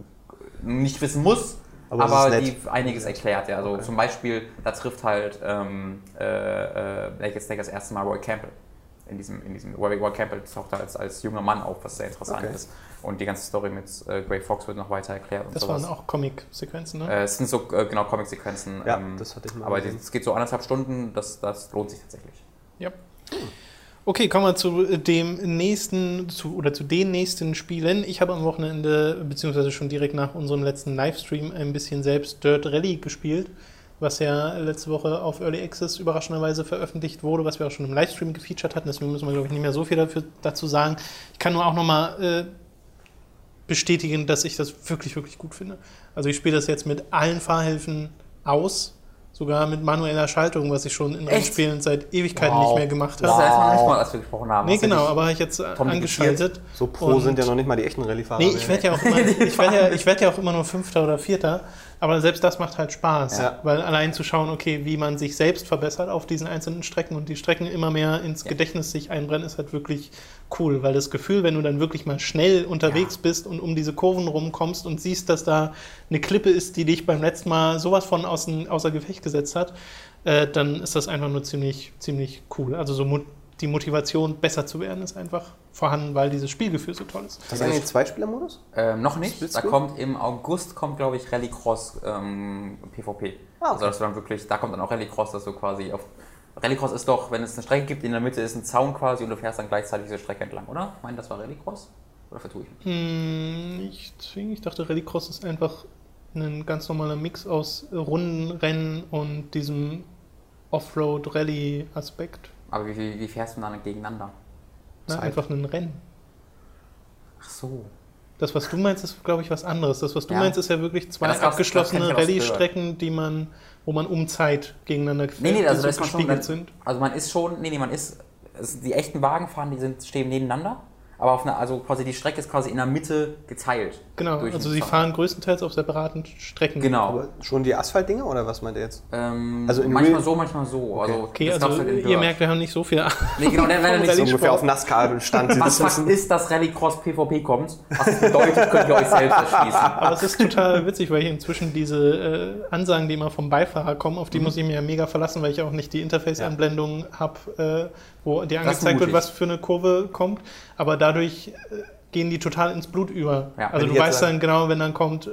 nicht wissen muss, aber die einiges erklärt. Ja. Also zum Beispiel, da trifft halt Naked Snake das erste Mal Roy Campbell. In diesem Roy Campbell taucht als junger Mann auf, was sehr interessant ist. Und die ganze Story mit Grey Fox wird noch weiter erklärt. Und das waren auch Comic-Sequenzen, ne? Es sind so Comic-Sequenzen. Ja, das hatte ich mal. Aber es geht so 1,5 Stunden, das lohnt sich tatsächlich. Ja. Okay, kommen wir zu den nächsten Spielen. Ich habe am Wochenende, beziehungsweise schon direkt nach unserem letzten Livestream, ein bisschen selbst Dirt Rally gespielt, was ja letzte Woche auf Early Access überraschenderweise veröffentlicht wurde, was wir auch schon im Livestream gefeatured hatten. Deswegen müssen wir, glaube ich, nicht mehr so viel dazu sagen. Ich kann nur auch nochmal bestätigen, dass ich das wirklich, wirklich gut finde. Also ich spiele das jetzt mit allen Fahrhilfen aus. Sogar mit manueller Schaltung, was ich schon in Rennspielen seit Ewigkeiten nicht mehr gemacht habe. Das ist ja erstmal nicht mal, als wir gesprochen haben. Nee, genau, aber habe ich jetzt angeschaltet. So pro sind ja noch nicht mal die echten Rallye-Fahrer. Nee, ich werde ja auch immer nur Fünfter oder Vierter. Aber selbst das macht halt Spaß, weil allein zu schauen, okay, wie man sich selbst verbessert auf diesen einzelnen Strecken und die Strecken immer mehr ins Gedächtnis sich einbrennen, ist halt wirklich cool, weil das Gefühl, wenn du dann wirklich mal schnell unterwegs bist und um diese Kurven rumkommst und siehst, dass da eine Klippe ist, die dich beim letzten Mal sowas von außer Gefecht gesetzt hat, dann ist das einfach nur ziemlich, ziemlich cool. Also so die Motivation, besser zu werden, ist einfach vorhanden, weil dieses Spielgefühl so toll ist. Hast du eigentlich Zweispieler-Modus? Noch nicht. Da kommt im August, glaube ich, Rallycross PvP. Ah, okay. Also dass du dann wirklich, da kommt dann auch Rallycross, dass du quasi auf... Rallycross ist doch, wenn es eine Strecke gibt, in der Mitte ist ein Zaun quasi und du fährst dann gleichzeitig diese Strecke entlang, oder? Ich meine, das war Rallycross? Oder vertue ich mich? Ich dachte, Rallycross ist einfach ein ganz normaler Mix aus Rundenrennen und diesem Offroad-Rally-Aspekt. Aber wie fährst du dann gegeneinander? Na, einfach ein Rennen. Ach so. Das, was du meinst, ist, glaube ich, was anderes. Das, was du meinst, ist ja wirklich zwei das abgeschlossene Rallye-Strecken, wo man um Zeit gegeneinander fährt, also gespiegelt sind. Also man ist schon, die echten Wagenfahren, stehen nebeneinander, aber also quasi die Strecke ist quasi in der Mitte geteilt. Genau, also sie fahren größtenteils auf separaten Strecken. Genau. Aber schon die Asphaltdinger oder was meint ihr jetzt? Also manchmal so, manchmal so. Okay, also ihr merkt, wir haben nicht so viel. Nee, genau, leider nicht so. Ungefähr auf NASCAR-Stand. Was Fakt ist, dass Rallycross PvP kommt. Was das bedeutet, könnt ihr euch selbst erschließen. Aber es ist total witzig, weil ich inzwischen diese Ansagen, die immer vom Beifahrer kommen, auf die muss ich mir ja mega verlassen, weil ich auch nicht die Interface-Anblendung habe, wo dir angezeigt wird, was für eine Kurve kommt. Aber dadurch gehen die total ins Blut über. Ja, also du weißt dann genau, wenn dann kommt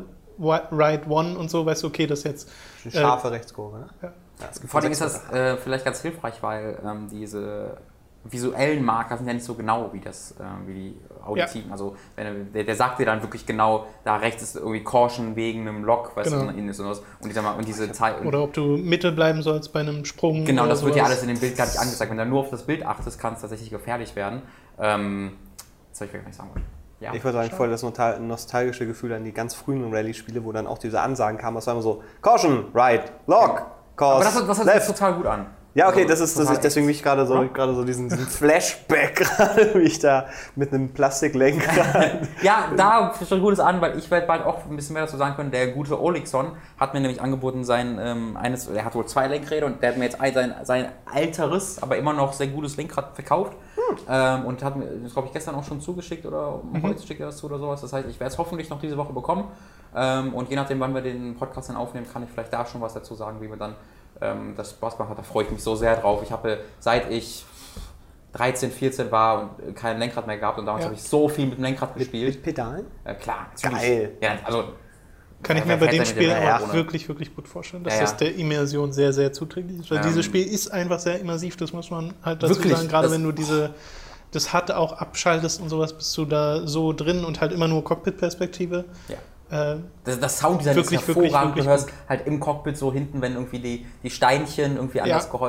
Right One und so, weißt du, okay, das ist jetzt... Eine scharfe Rechtskurve, ne? Ja. Vor allem ist das vielleicht ganz hilfreich, weil diese visuellen Marker sind ja nicht so genau wie die auditiven. Ja. Also der sagt dir dann wirklich genau, da rechts ist irgendwie Caution wegen einem Lock, weißt du, innen ist und was. Und diese Zeit. Oder ob du Mitte bleiben sollst bei einem Sprung. Genau, das wird ja alles in dem Bild gar nicht angezeigt. Wenn du nur auf das Bild achtest, kann es tatsächlich gefährlich werden. Das soll ich gar nicht sagen wollen. Ja. Ich würde sagen, voll das nostalgische Gefühl an die ganz frühen Rallye-Spiele, wo dann auch diese Ansagen kamen. Das war immer so, Caution, right, Lock, Course, aber das hört sich total gut an. Ja, okay, deswegen bin ich gerade so diesen Flashback gerade, wie ich da mit einem Plastiklenkrad... Ja, da schon Gutes an, weil ich werde bald auch ein bisschen mehr dazu sagen können. Der gute Olixon hat mir nämlich angeboten, er hat wohl 2 Lenkräder und der hat mir jetzt sein älteres, aber immer noch sehr gutes Lenkrad verkauft. Und hat mir das, glaube ich, gestern auch schon zugeschickt oder heute schickt er das zu oder sowas. Das heißt, ich werde es hoffentlich noch diese Woche bekommen. Und je nachdem, wann wir den Podcast dann aufnehmen, kann ich vielleicht da schon was dazu sagen, wie wir dann das Spaß gemacht hat. Da freue ich mich so sehr drauf. Ich habe, seit ich 13, 14 war und kein Lenkrad mehr gehabt und damals habe ich so viel mit dem Lenkrad gespielt. Mit Pedalen? Klar. Geil. Ja, also... Kann ich mir bei dem Spiel auch wirklich, wirklich gut vorstellen, dass das der Immersion sehr, sehr zuträglich ist. Weil dieses Spiel ist einfach sehr immersiv, das muss man halt dazu sagen. Gerade wenn du das HUD auch abschaltest und sowas, bist du da so drin und halt immer nur Cockpit-Perspektive. Ja. Das Sounddesign ist hervorragend. Du hörst halt im Cockpit so hinten, wenn irgendwie die Steinchen irgendwie an das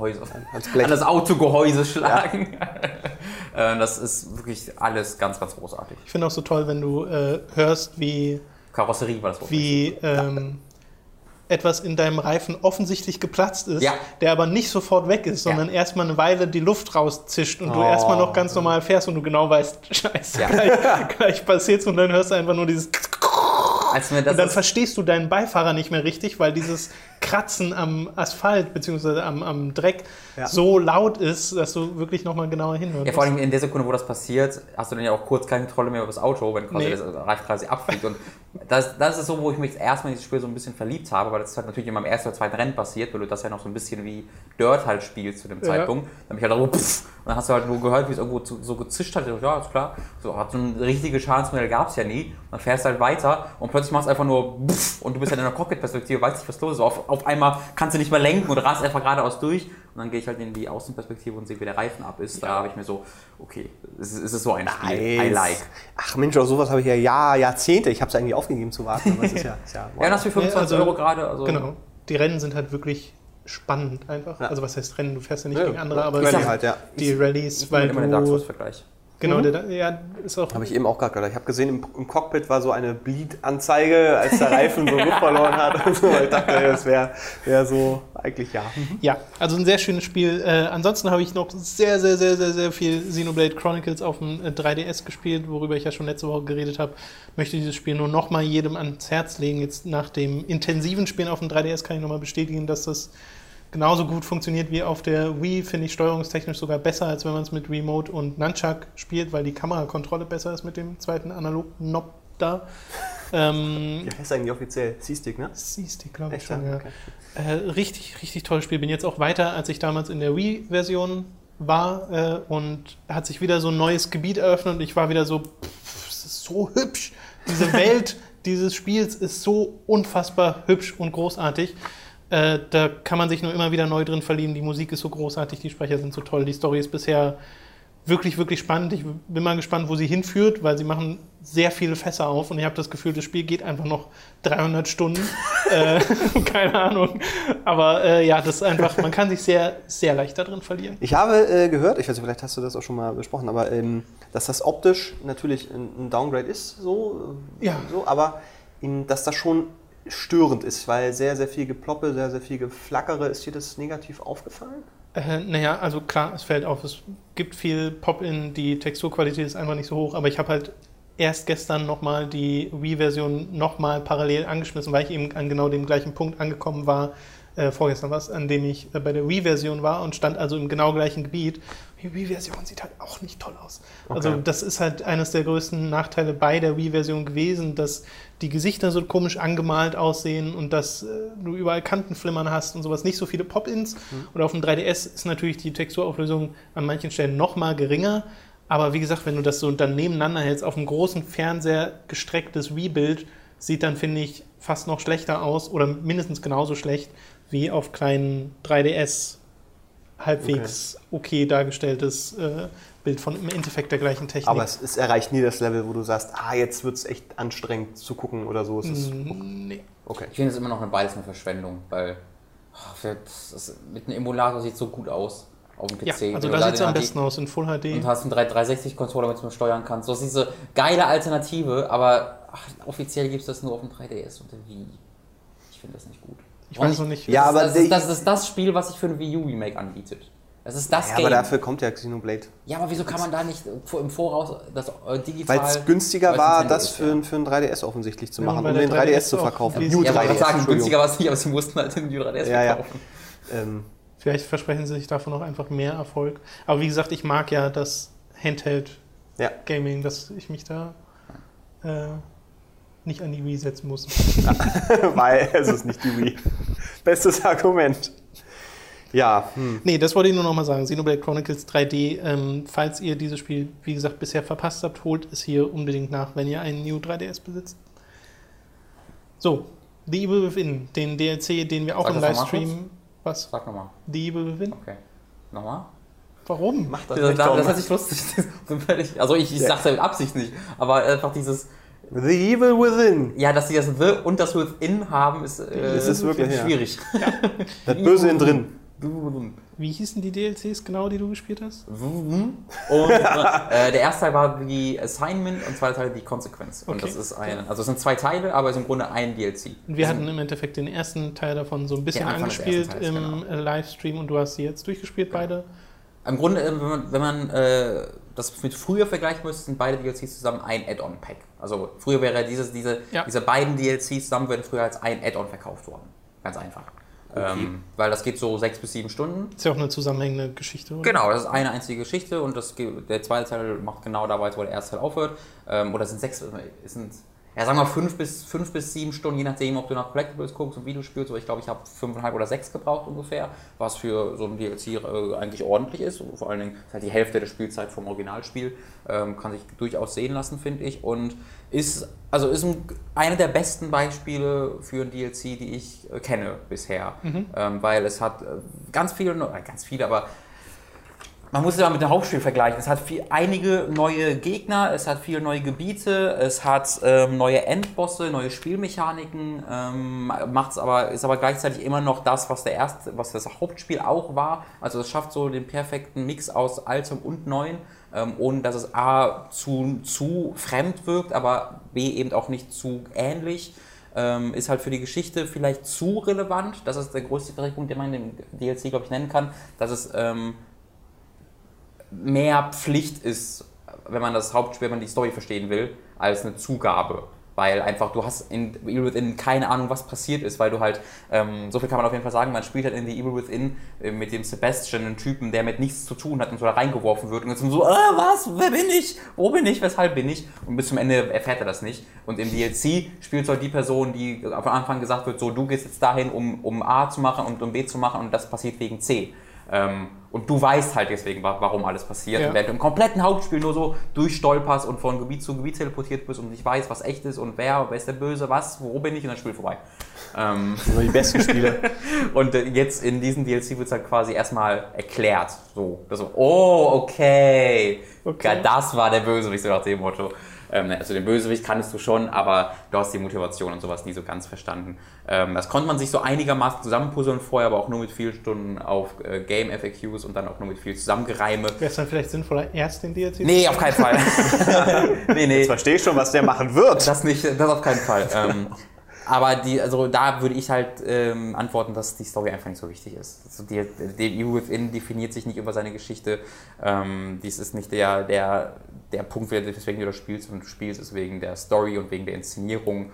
Autogehäuse schlagen. Ja. Das ist wirklich alles ganz, ganz großartig. Ich finde auch so toll, wenn du hörst, wie Karosserie war das Wort. Wie etwas in deinem Reifen offensichtlich geplatzt ist, der aber nicht sofort weg ist, sondern erstmal eine Weile die Luft rauszischt und du erstmal noch ganz normal fährst und du genau weißt, scheiße, gleich passiert's und dann hörst du einfach nur dieses und dann verstehst du deinen Beifahrer nicht mehr richtig, weil dieses Kratzen am Asphalt bzw. am Dreck so laut ist, dass du wirklich nochmal genauer hinhörst. Ja, vor allem in der Sekunde, wo das passiert, hast du dann ja auch kurz keine Kontrolle mehr über das Auto, wenn quasi das Reifen quasi abfliegt. Und das ist so, wo ich mich erstmal in dieses Spiel so ein bisschen verliebt habe, weil das ist halt natürlich in meinem ersten oder zweiten Rennen passiert, weil du das ja noch so ein bisschen wie Dirt halt spielst zu dem Zeitpunkt. Dann bin ich halt so, pff, und dann hast du halt nur gehört, wie es irgendwo so gezischt hat. Ja, ist klar. So ein richtiges Schadensmodell gab es ja nie. Und dann fährst du halt weiter und plötzlich machst du einfach nur pff, und du bist halt in der Cockpit-Perspektive, weißt nicht, was los ist. Auf einmal kannst du nicht mehr lenken und rast einfach geradeaus durch. Und dann gehe ich halt in die Außenperspektive und sehe, wie der Reifen ab ist. Da habe ich mir so, okay, es ist so ein Spiel. I like. Ach Mensch, auf sowas habe ich ja Jahrzehnte. Ich habe es eigentlich aufgegeben zu warten. Aber es ist ja wow. Ja, das für 25 Euro gerade. Also genau. Die Rennen sind halt wirklich spannend einfach. Ja. Also was heißt Rennen? Du fährst ja nicht gegen andere, aber die Rallyes, weil immer der Dark Souls-Vergleich. Genau, ist auch... Habe ich eben auch gerade gedacht. Ich habe gesehen, im Cockpit war so eine Bleed-Anzeige, als der Reifen so Luft verloren hat. Und so. Ich dachte, das wäre so eigentlich Ja, also ein sehr schönes Spiel. Ansonsten habe ich noch sehr, sehr, sehr, sehr, sehr viel Xenoblade Chronicles auf dem 3DS gespielt, worüber ich ja schon letzte Woche geredet habe. Möchte dieses Spiel nur noch mal jedem ans Herz legen. Jetzt nach dem intensiven Spielen auf dem 3DS kann ich noch mal bestätigen, dass das genauso gut funktioniert wie auf der Wii, finde ich steuerungstechnisch sogar besser, als wenn man es mit Remote und Nunchuck spielt, weil die Kamerakontrolle besser ist mit dem zweiten Analog-Knob da. Wie heißt eigentlich offiziell? C-Stick, ne? C-Stick, glaube ich schon, ja. Okay. Richtig, richtig tolles Spiel. Bin jetzt auch weiter, als ich damals in der Wii-Version war und hat sich wieder so ein neues Gebiet eröffnet und ich war wieder so, es ist so hübsch. Diese Welt dieses Spiels ist so unfassbar hübsch und großartig. Da kann man sich nur immer wieder neu drin verlieben. Die Musik ist so großartig, die Sprecher sind so toll, die Story ist bisher wirklich, wirklich spannend. Ich bin mal gespannt, wo sie hinführt, weil sie machen sehr viele Fässer auf und ich habe das Gefühl, das Spiel geht einfach noch 300 Stunden. Keine Ahnung. Aber ja, das ist einfach, man kann sich sehr, sehr leicht da drin verlieren. Ich habe gehört, ich weiß nicht, vielleicht hast du das auch schon mal besprochen, aber dass das optisch natürlich ein Downgrade ist, aber dass das schon störend ist, weil sehr, sehr viel Geploppe, sehr, sehr viel Geflackere. Ist dir das negativ aufgefallen? Naja, also klar, es fällt auf, es gibt viel Pop-In, die Texturqualität ist einfach nicht so hoch, aber ich habe halt erst gestern nochmal die Wii-Version nochmal parallel angeschmissen, weil ich eben an genau dem gleichen Punkt angekommen war, vorgestern was, an dem ich bei der Wii-Version war und stand also im genau gleichen Gebiet. Die Wii-Version sieht halt auch nicht toll aus. Okay. Also das ist halt eines der größten Nachteile bei der Wii-Version gewesen, dass die Gesichter so komisch angemalt aussehen und dass du überall Kantenflimmern hast und sowas, nicht so viele Pop-Ins. Und auf dem 3DS ist natürlich die Texturauflösung an manchen Stellen nochmal geringer. Aber wie gesagt, wenn du das so dann nebeneinander hältst, auf einem großen Fernseher gestrecktes Wii-Bild, sieht dann, finde ich, fast noch schlechter aus oder mindestens genauso schlecht wie auf kleinen 3DS halbwegs okay dargestelltes Bild von im Endeffekt der gleichen Technik. Aber es erreicht nie das Level, wo du sagst, jetzt wird es echt anstrengend zu gucken oder so. Nee. Okay. Ich finde es immer noch beides eine Verschwendung, weil mit einem Emulator sieht es so gut aus. Auf dem PC. Ja, also da sieht es am besten aus, in Full HD. Und hast einen 360-Controller, mit dem du steuern kannst. Das ist diese geile Alternative, aber offiziell gibt es das nur auf dem 3DS und der Wii. Ich finde das nicht gut. Ich weiß noch nicht. Ja, aber das ist das Spiel, was sich für ein Wii U Remake anbietet. Das ist das Game. Aber dafür kommt ja Xenoblade. Ja, aber wieso kann man da nicht im Voraus das digital... Weil es günstiger war, das für ein 3DS offensichtlich zu machen, um den 3DS zu verkaufen. Ja, aber ich sagen, günstiger war es nicht, aber sie mussten halt den New 3DS verkaufen. Vielleicht versprechen sie sich davon auch einfach mehr Erfolg. Aber wie gesagt, ich mag ja das Handheld-Gaming, dass ich mich da nicht an die Wii setzen muss. Weil es ist nicht die Wii. Bestes Argument. Ja. Nee, das wollte ich nur noch mal sagen. Xenoblade Chronicles 3D, falls ihr dieses Spiel, wie gesagt, bisher verpasst habt, holt es hier unbedingt nach, wenn ihr einen New 3DS besitzt. So, The Evil Within, den DLC, den wir auch im Livestream... Was? Sag nochmal. The Evil Within? Okay. Nochmal? Warum? Mach das nicht, Tom. Das hat sich lustig. Also ich sag's ja mit Absicht nicht, aber einfach dieses... The Evil Within. Ja, dass sie das The und das Within haben, ist wirklich schwierig. Ja. Das Böse innen drin. Wie hießen die DLCs genau, die du gespielt hast? Und der erste Teil war die Assignment und der zweite Teil die Konsequenz. Und das ist also es sind 2 Teile, aber es ist im Grunde ein DLC. Und wir hatten im Endeffekt den ersten Teil davon so ein bisschen angespielt im Livestream und du hast sie jetzt durchgespielt, beide? Im Grunde, wenn man das mit früher vergleichen müsste, sind beide DLCs zusammen ein Add-on-Pack. Also früher wäre diese beiden DLCs zusammen werden früher als ein Add-on verkauft worden. Ganz einfach. Okay. Weil das geht so 6 bis 7 Stunden. Ist ja auch eine zusammenhängende Geschichte, oder? Genau, das ist eine einzige Geschichte und der zweite Teil macht genau dabei, wo der erste Teil aufhört. Oder es sind sagen wir 5 bis 7 Stunden, je nachdem, ob du nach Collectibles guckst und Videos spielst. Aber ich glaube, ich habe 5,5 oder 6 gebraucht ungefähr, was für so ein DLC eigentlich ordentlich ist. Und vor allen Dingen ist halt die Hälfte der Spielzeit vom Originalspiel. Kann sich durchaus sehen lassen, finde ich. Und ist einer der besten Beispiele für ein DLC, die ich kenne bisher. Weil es hat ganz viele, aber man muss es ja mit dem Hauptspiel vergleichen. Es hat einige neue Gegner, es hat viele neue Gebiete, es hat neue Endbosse, neue Spielmechaniken, ist aber gleichzeitig immer noch das, was das Hauptspiel auch war. Also es schafft so den perfekten Mix aus Altem und Neuen, ohne dass es A zu fremd wirkt, aber B eben auch nicht zu ähnlich. Ist halt für die Geschichte vielleicht zu relevant. Das ist der größte Kritikpunkt, den man in dem DLC, glaube ich, nennen kann, dass es mehr Pflicht ist, wenn man die Story verstehen will, als eine Zugabe. Weil einfach du hast in The Evil Within keine Ahnung, was passiert ist, weil du halt, so viel kann man auf jeden Fall sagen, man spielt halt in The Evil Within mit dem Sebastian, einen Typen, der mit nichts zu tun hat und so da reingeworfen wird und jetzt so, was, wer bin ich, wo bin ich, weshalb bin ich? Und bis zum Ende erfährt er das nicht. Und im DLC spielt halt die Person, die von Anfang gesagt wird, so, du gehst jetzt dahin, um A zu machen und um B zu machen und das passiert wegen C. Und du weißt halt deswegen, warum alles passiert. Ja. Und während du im kompletten Hauptspiel nur so durchstolperst und von Gebiet zu Gebiet teleportiert bist und nicht weißt, was echt ist und wer ist der Böse, wo bin ich und dann Spiel vorbei. Das sind die besten Spiele. Und jetzt in diesem DLC wird es halt quasi erstmal erklärt. So, oh, okay. Ja, das war der Bösewicht, so nach dem Motto. Also den Bösewicht kanntest du schon, aber du hast die Motivation und sowas nie so ganz verstanden. Das konnte man sich so einigermaßen zusammenpuzzeln vorher, aber auch nur mit vielen Stunden auf Game-FAQs und dann auch nur mit viel Zusammengereime. Wäre es dann vielleicht sinnvoller, erst den DLC? Nee, auf keinen Fall. nee. Jetzt verstehe ich schon, was der machen wird. Das auf keinen Fall. Aber da würde ich halt antworten, dass die Story einfach nicht so wichtig ist. Also der Evil Within definiert sich nicht über seine Geschichte. Dies ist nicht der Punkt, weswegen du das spielst. Und du spielst es wegen der Story und wegen der Inszenierung.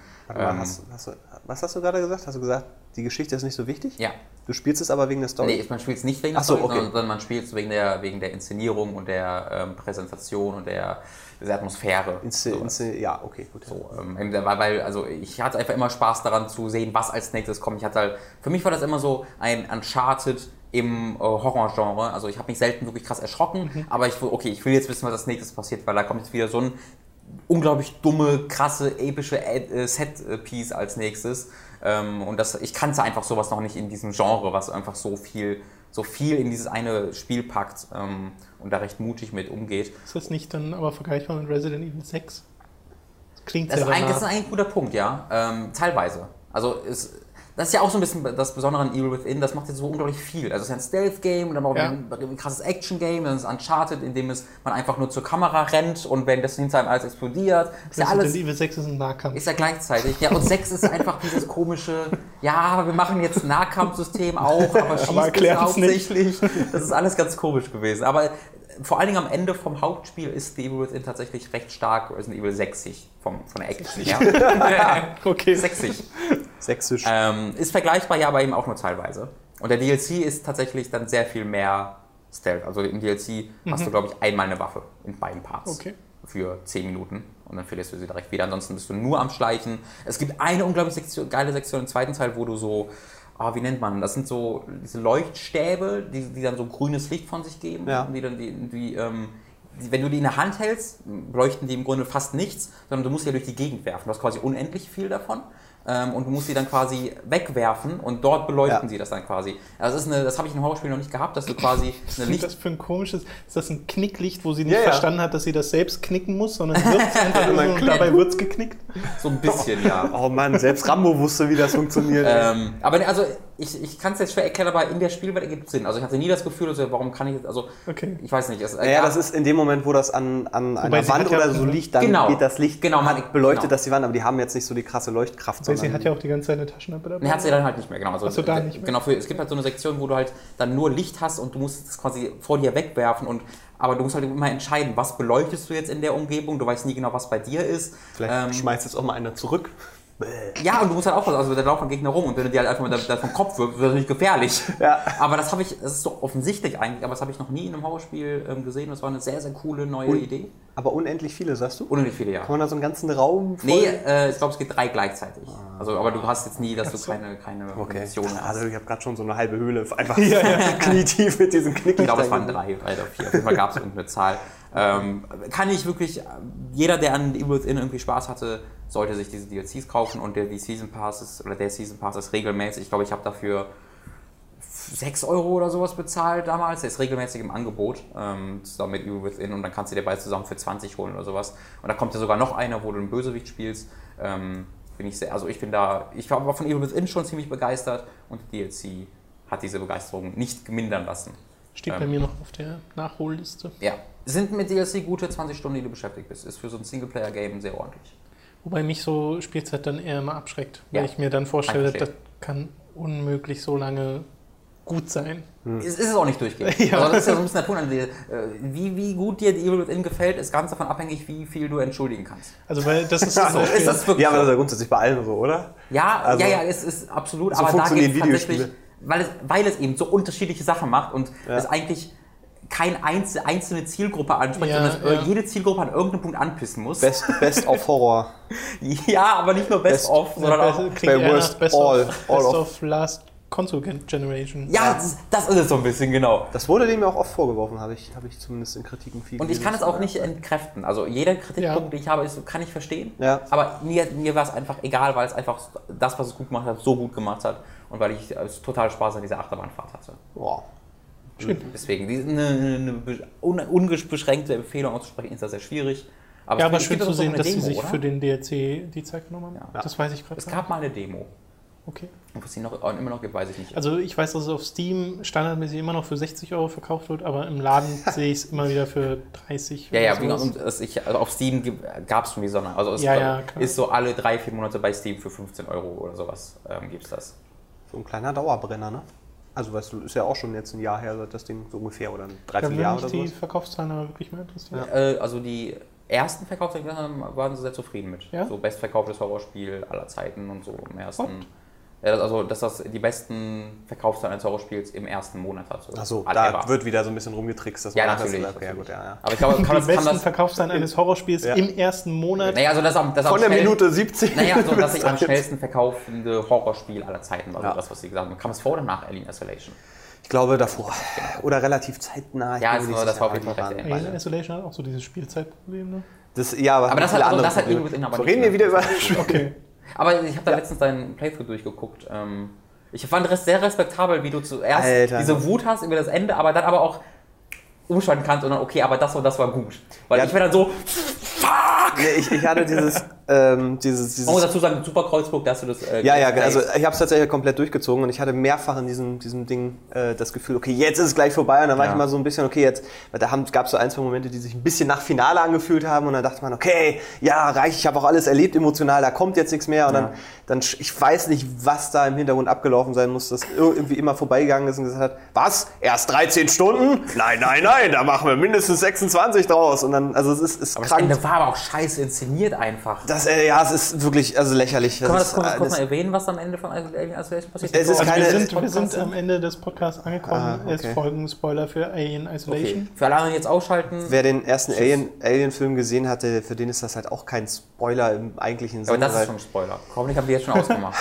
Was hast du gerade gesagt? Hast du gesagt, die Geschichte ist nicht so wichtig? Ja. Du spielst es aber wegen der Story? Nee, man spielt es nicht wegen der Story, sondern man spielt es wegen der Inszenierung und der Präsentation und der Atmosphäre. Ja, okay, gut. So, weil ich hatte einfach immer Spaß daran zu sehen, was als nächstes kommt. Für mich war das immer so ein Uncharted im Horrorgenre. Also ich habe mich selten wirklich krass erschrocken, aber ich will jetzt wissen, was als nächstes passiert, weil da kommt jetzt wieder so ein unglaublich dumme, krasse, epische Set-Piece als nächstes. Und ich kannte einfach sowas noch nicht in diesem Genre, was einfach so viel in dieses eine Spiel packt und da recht mutig mit umgeht. Ist das nicht dann aber vergleichbar mit Resident Evil 6? Das klingt das sehr ist eigentlich ein guter Punkt, ja. Teilweise. Also das ist ja auch so ein bisschen das Besondere an Evil Within, das macht jetzt so unglaublich viel. Also es ist ja ein Stealth-Game und dann auch ein krasses Action-Game, dann ist es Uncharted, in dem man einfach nur zur Kamera rennt und währenddessen hinter einem alles explodiert. Resident Evil 6 ist ein Nahkampf. Ist ja gleichzeitig. Ja, und 6 ist einfach dieses komische, ja, wir machen jetzt ein Nahkampfsystem auch, aber schießen hauptsächlich. Das ist alles ganz komisch gewesen. Aber vor allen Dingen am Ende vom Hauptspiel ist Evil Within tatsächlich recht stark Resident Evil 60 von der Action her. Okay. 60. Sächsisch. Ist vergleichbar, ja, aber eben auch nur teilweise. Und der DLC ist tatsächlich dann sehr viel mehr Stealth. Also im DLC hast du, glaube ich, einmal eine Waffe in beiden Parts. Okay. Für 10 Minuten und dann verlierst du sie direkt wieder. Ansonsten bist du nur am Schleichen. Es gibt eine unglaublich geile Sektion im zweiten Teil, wo du so, wie nennt man, das sind so diese Leuchtstäbe, die dann so grünes Licht von sich geben. Ja. Die dann wenn du die in der Hand hältst, leuchten die im Grunde fast nichts, sondern du musst die durch die Gegend werfen. Du hast quasi unendlich viel davon. Und du musst sie dann quasi wegwerfen und dort beleuchten sie das dann quasi. Also das habe ich in einem Horrorspiel noch nicht gehabt, dass du quasi eine Licht... das für ein komisches... Ist das ein Knicklicht, wo sie nicht verstanden hat, dass sie das selbst knicken muss, sondern sie wird einfach nur und dabei wird es geknickt? So ein bisschen, ja. Oh Mann, selbst Rambo wusste, wie das funktioniert. Aber also ich kann es jetzt schwer erklären, aber in der Spielwelt ergibt es Sinn. Also ich hatte nie das Gefühl, also warum kann ich jetzt... Also ich weiß nicht. Das ist in dem Moment, wo das an einer Wand oder so liegt, dann geht das Licht beleuchtet das die Wand, aber die haben jetzt nicht so die krasse Leuchtkraft. Sie hat ja auch die ganze Zeit eine Taschenlampe dabei. Nee, hat sie dann halt nicht mehr, genau. Also, da nicht mehr. Genau, es gibt halt so eine Sektion, wo du halt dann nur Licht hast und du musst es quasi vor dir wegwerfen aber du musst halt immer entscheiden, was beleuchtest du jetzt in der Umgebung, du weißt nie genau, was bei dir ist. Vielleicht schmeißt jetzt auch mal einer zurück. Ja, und du musst halt aufpassen, also da laufen Gegner rum und wenn du die halt einfach mit vom Kopf wirfst, wird das nicht gefährlich. Ja. Aber das ist so offensichtlich eigentlich, aber das habe ich noch nie in einem Horrorspiel gesehen. Das war eine sehr, sehr coole neue Idee. Aber unendlich viele, sagst du? Unendlich viele, ja. Kann man da so einen ganzen Raum voll? Nee, ich glaube, es geht 3 gleichzeitig. Also, aber du hast jetzt nie, dass du keine Munition hast. Also ich habe gerade schon so eine halbe Höhle, einfach knietief mit diesen Knicken. Ich glaube, es waren 3 oder 4. Auf jeden Fall gab es irgendeine Zahl. Kann ich wirklich, jeder, der an Evil Within irgendwie Spaß hatte, sollte sich diese DLCs kaufen und der Season Pass ist regelmäßig. Ich glaube, ich habe dafür 6 € oder sowas bezahlt damals. Der ist regelmäßig im Angebot, zusammen mit Evil Within und dann kannst du dir beide zusammen für 20 holen oder sowas. Und da kommt ja sogar noch einer, wo du einen Bösewicht spielst. Ich war von Evil Within schon ziemlich begeistert und die DLC hat diese Begeisterung nicht gemindern lassen. Steht bei mir noch auf der Nachholliste. Ja, sind mit DLC gute 20 Stunden, die du beschäftigt bist. Ist für so ein Singleplayer-Game sehr ordentlich. Wobei mich so Spielzeit dann eher immer abschreckt, weil ich mir dann vorstelle, das kann unmöglich so lange gut sein. Ist es auch nicht durchgehend. Also das ist ja so ein bisschen der Punkt. Wie gut dir die Evil Within gefällt, ist ganz davon abhängig, wie viel du entschuldigen kannst. Also weil das ist so ist das wirklich aber das ist ja grundsätzlich bei allen so, oder? Ja, es ist absolut. So aber da geht es tatsächlich, weil es eben so unterschiedliche Sachen macht und es eigentlich keine einzelne Zielgruppe anspricht, sondern jede Zielgruppe an irgendeinem Punkt anpissen muss. Best of Horror. Ja, aber nicht nur Best of, sondern auch Best of Last Console Generation. Ja, das ist es so ein bisschen, genau. Das wurde dem ja auch oft vorgeworfen, habe ich zumindest in Kritiken viel Und ich kann es auch nicht entkräften. Also jeder Kritikpunkt, den ich habe, kann ich verstehen. Ja. Aber mir war es einfach egal, weil es einfach das, was es gut gemacht hat, so gut gemacht hat. Und weil ich total Spaß an dieser Achterbahnfahrt hatte. Wow. Schön. Deswegen, eine unbeschränkte Empfehlung auszusprechen, ist das sehr schwierig. Aber schön zu sehen, dass Demo, sie sich oder? für den DLC die Zeit genommen haben. Ja. Das weiß ich gerade. Es gab mal eine Demo. Okay. Ob es die immer noch gibt, weiß ich nicht. Also ich weiß, dass es auf Steam standardmäßig immer noch für 60 € verkauft wird, aber im Laden sehe ich es immer wieder für 30 Ja, oder und also auf Steam gab es schon die Sonne. Also es ist so alle 3-4 Monate bei Steam für 15 € oder sowas gibt es das. So ein kleiner Dauerbrenner, ne? Also weißt du, ist ja auch schon jetzt ein Jahr her, seit das Ding so ungefähr, oder ein Dreivierteljahr oder so. Die Verkaufszahlen aber wirklich mehr interessieren. Ja. Also die ersten Verkaufszahlen waren sie sehr zufrieden mit. Ja? So bestverkauftes Horrorspiel aller Zeiten und so im ersten. Also, dass das die besten Verkaufszahlen eines Horrorspiels im ersten Monat hat. So. Achso, da wird wieder so ein bisschen rumgetrickst. Dass ja, man natürlich. Das, ja, gut, ja. Aber ich glaube, die besten Verkaufszahlen eines Horrorspiels im ersten Monat. Naja, also das von der Minute 70. Naja, also das sich am schnellsten verkaufende Horrorspiel aller Zeiten war. So das, was sie gesagt haben. Kam es vor oder nach Alien Isolation? Ich glaube davor. Oder relativ zeitnah. Ja, das war auf jeden Fall recht. Alien Isolation hat auch so dieses Spielzeitproblem, ne? Aber das hat irgendwie mit reden wir wieder über... Okay. Aber ich habe da letztens deinen Playthrough durchgeguckt. Ich fand es sehr respektabel, wie du zuerst diese Wut hast über das Ende, aber dann aber auch umschalten kannst und dann, okay, aber das und das war gut. Weil ich wäre dann so, fuck! Nee, ich hatte dieses... Man muss dazu sagen, Super Kreuzburg, dass du das... also ich habe es tatsächlich komplett durchgezogen und ich hatte mehrfach in diesem Ding das Gefühl, okay, jetzt ist es gleich vorbei und dann war ich immer so ein bisschen, okay, jetzt, weil da gab es so ein, zwei Momente, die sich ein bisschen nach Finale angefühlt haben und dann dachte man, okay, ja, reicht, ich habe auch alles erlebt emotional, da kommt jetzt nichts mehr und dann ich weiß nicht, was da im Hintergrund abgelaufen sein muss, dass irgendwie immer vorbeigegangen ist und gesagt hat, was, erst 13 Stunden? Nein, da machen wir mindestens 26 draus und dann, also es ist aber krank. Das Ende war aber auch scheiße inszeniert einfach. Es ist wirklich lächerlich. Können wir das kurz mal erwähnen, was am Ende von Alien Isolation passiert ist? Wir sind am Ende des Podcasts angekommen. Okay. Es folgen Spoiler für Alien Isolation. Okay. Für alle anderen jetzt ausschalten. Wer den ersten Alien-Film gesehen hatte, für den ist das halt auch kein Spoiler im eigentlichen Sinne. Aber das ist schon ein Spoiler. Hoffentlich haben die jetzt schon ausgemacht.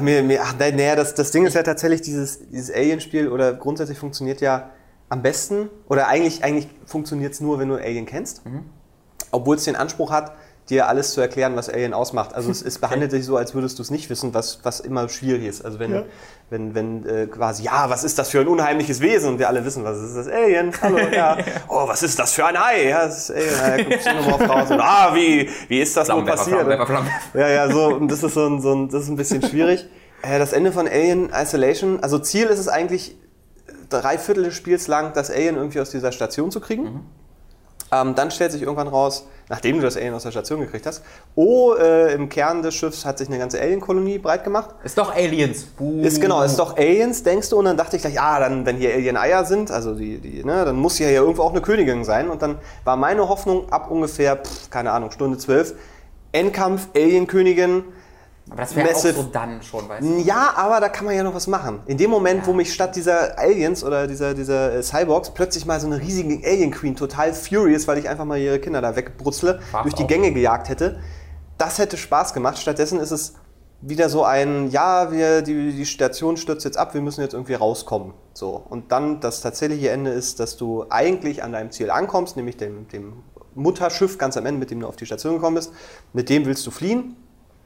Das Ding ist ja tatsächlich, dieses Alien-Spiel oder grundsätzlich funktioniert ja am besten, oder eigentlich funktioniert es nur, wenn du Alien kennst. Mhm. Obwohl es den Anspruch hat, dir alles zu erklären, was Alien ausmacht. Also es behandelt sich so, als würdest du es nicht wissen, was immer schwierig ist. Also wenn quasi, was ist das für ein unheimliches Wesen? Und wir alle wissen, was ist das? Alien, hallo, ja. Oh, was ist das für ein Ei? Ja, das ist Alien, ja, guckst du nochmal raus. Und, wie ist das wohl passiert? Ja, so, und das ist das ist ein bisschen schwierig. Das Ende von Alien Isolation, also Ziel ist es eigentlich, 3/4 des Spiels lang, das Alien irgendwie aus dieser Station zu kriegen. Mhm. Dann stellt sich irgendwann raus, nachdem du das Alien aus der Station gekriegt hast, im Kern des Schiffs hat sich eine ganze Alien-Kolonie breit gemacht. Ist doch Aliens. Ist doch Aliens, denkst du. Und dann dachte ich gleich, wenn hier Alien-Eier sind, also dann muss ja irgendwo auch eine Königin sein. Und dann war meine Hoffnung ab ungefähr, keine Ahnung, Stunde 12, Endkampf, Alien-Königin. Aber das wäre auch so dann schon, weißt du? Ja, aber da kann man ja noch was machen. In dem Moment, wo mich statt dieser Aliens oder dieser Cyborgs plötzlich mal so eine riesige Alien-Queen total furious, weil ich einfach mal ihre Kinder da wegbrutzle, durch die Gänge gejagt hätte, das hätte Spaß gemacht. Stattdessen ist es wieder so ein, die Station stürzt jetzt ab, wir müssen jetzt irgendwie rauskommen. So. Und dann das tatsächliche Ende ist, dass du eigentlich an deinem Ziel ankommst, nämlich dem Mutterschiff ganz am Ende, mit dem du auf die Station gekommen bist. Mit dem willst du fliehen.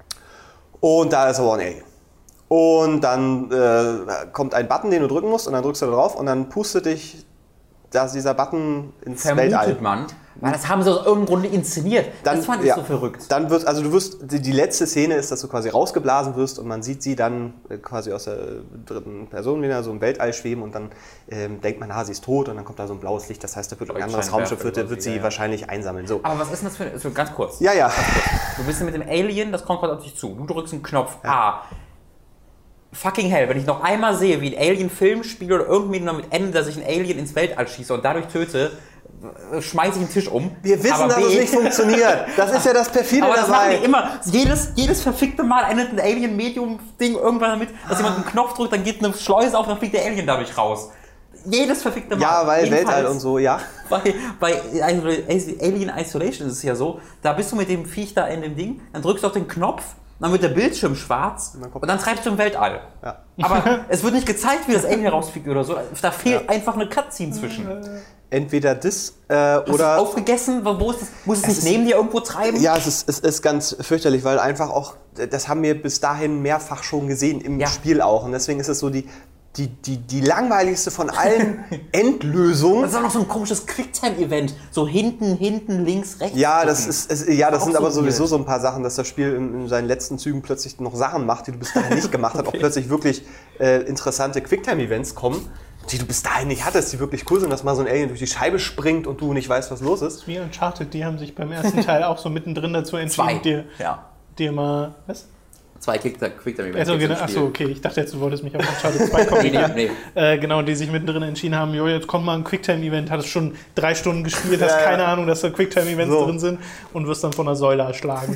Und da ist aber ein Alien. Und dann kommt ein Button, den du drücken musst, und dann drückst du da drauf und dann pustet dich dieser Button ins Weltall. Vermutet man, weil das haben sie aus irgendeinem Grunde inszeniert. Das fand ich so verrückt. Dann die letzte Szene ist, dass du quasi rausgeblasen wirst und man sieht sie dann quasi aus der dritten Person wieder so im Weltall schweben und dann denkt man, sie ist tot und dann kommt da so ein blaues Licht. Das heißt, da wird ein anderes Raumschiff, wird sie wahrscheinlich einsammeln. So. Aber was ist denn das für ganz kurz? Ja. Ganz kurz. Du bist mit dem Alien, das kommt gerade auf dich zu. Du drückst einen Knopf A. Fucking hell, wenn ich noch einmal sehe, wie ein Alien-Film spielt oder irgendwie damit endet, dass ich ein Alien ins Weltall schieße und dadurch töte, schmeiße ich den Tisch um. Wir wissen, dass es nicht funktioniert. Das ist ja das perfide dabei. Aber das machen die immer. Jedes verfickte Mal endet ein Alien-Medium-Ding irgendwann damit, dass jemand einen Knopf drückt, dann geht eine Schleuse auf, dann fliegt der Alien dadurch raus. Jedes verfickte Mal. Ja, weil Weltall und so, ja. Bei Alien Isolation ist es ja so, da bist du mit dem Viech da in dem Ding, dann drückst du auf den Knopf dann wird der Bildschirm schwarz und dann treibst du im Weltall. Ja. Aber es wird nicht gezeigt, wie das Alien rausfliegt oder so. Da fehlt einfach eine Cutscene zwischen. Entweder das Hast du oder... aufgegessen? Wo ist das? Muss es nicht neben dir irgendwo treiben? Ja, es ist ganz fürchterlich, weil einfach auch, das haben wir bis dahin mehrfach schon gesehen im Spiel auch. Und deswegen ist es so die langweiligste von allen Endlösungen. Das ist auch noch so ein komisches Quicktime-Event. So hinten, links, rechts. Ja, das sind aber so sowieso so ein paar Sachen, dass das Spiel in seinen letzten Zügen plötzlich noch Sachen macht, die du bis dahin nicht gemacht hast. Auch plötzlich wirklich interessante Quicktime-Events kommen, die du bis dahin nicht hattest, die wirklich cool sind, dass mal so ein Alien durch die Scheibe springt und du nicht weißt, was los ist. Wie Uncharted, die haben sich beim ersten Teil auch so mittendrin dazu entschieden, dir mal... Was? 2 Quicktime-Events. Achso, okay. Ich dachte jetzt, du wolltest mich auf Uncharted 2 kommen. Nee. Genau, die sich mittendrin entschieden haben, jo, jetzt kommt mal ein Quicktime-Event, hattest schon 3 Stunden gespielt, hast keine Ahnung, dass da Quicktime-Events drin sind und wirst dann von einer Säule erschlagen.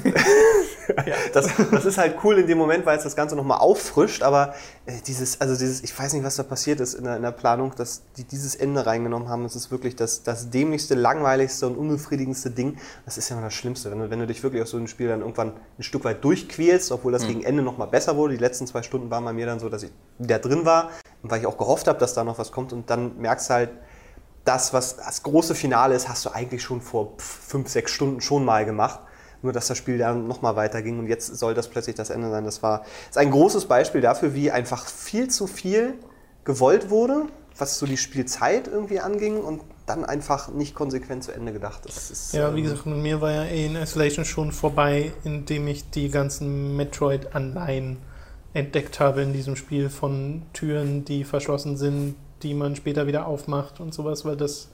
Das ist halt cool in dem Moment, weil es das Ganze nochmal auffrischt, aber dieses, ich weiß nicht, was da passiert ist in der Planung, dass die dieses Ende reingenommen haben, das ist wirklich das dämlichste, langweiligste und unbefriedigendste Ding. Das ist ja immer das Schlimmste, wenn du dich wirklich aus so einem Spiel dann irgendwann ein Stück weit durchquälst, obwohl das gegen Ende nochmal besser wurde. Die letzten 2 Stunden waren bei mir dann so, dass ich wieder drin war und weil ich auch gehofft habe, dass da noch was kommt und dann merkst du halt, das, was das große Finale ist, hast du eigentlich schon vor 5, 6 Stunden schon mal gemacht. Nur, dass das Spiel dann nochmal weiterging und jetzt soll das plötzlich das Ende sein. Das ist ein großes Beispiel dafür, wie einfach viel zu viel gewollt wurde, was so die Spielzeit irgendwie anging und dann einfach nicht konsequent zu Ende gedacht. Wie gesagt, mit mir war ja Alien Isolation schon vorbei, indem ich die ganzen Metroid-Anleihen entdeckt habe in diesem Spiel von Türen, die verschlossen sind, die man später wieder aufmacht und sowas, weil das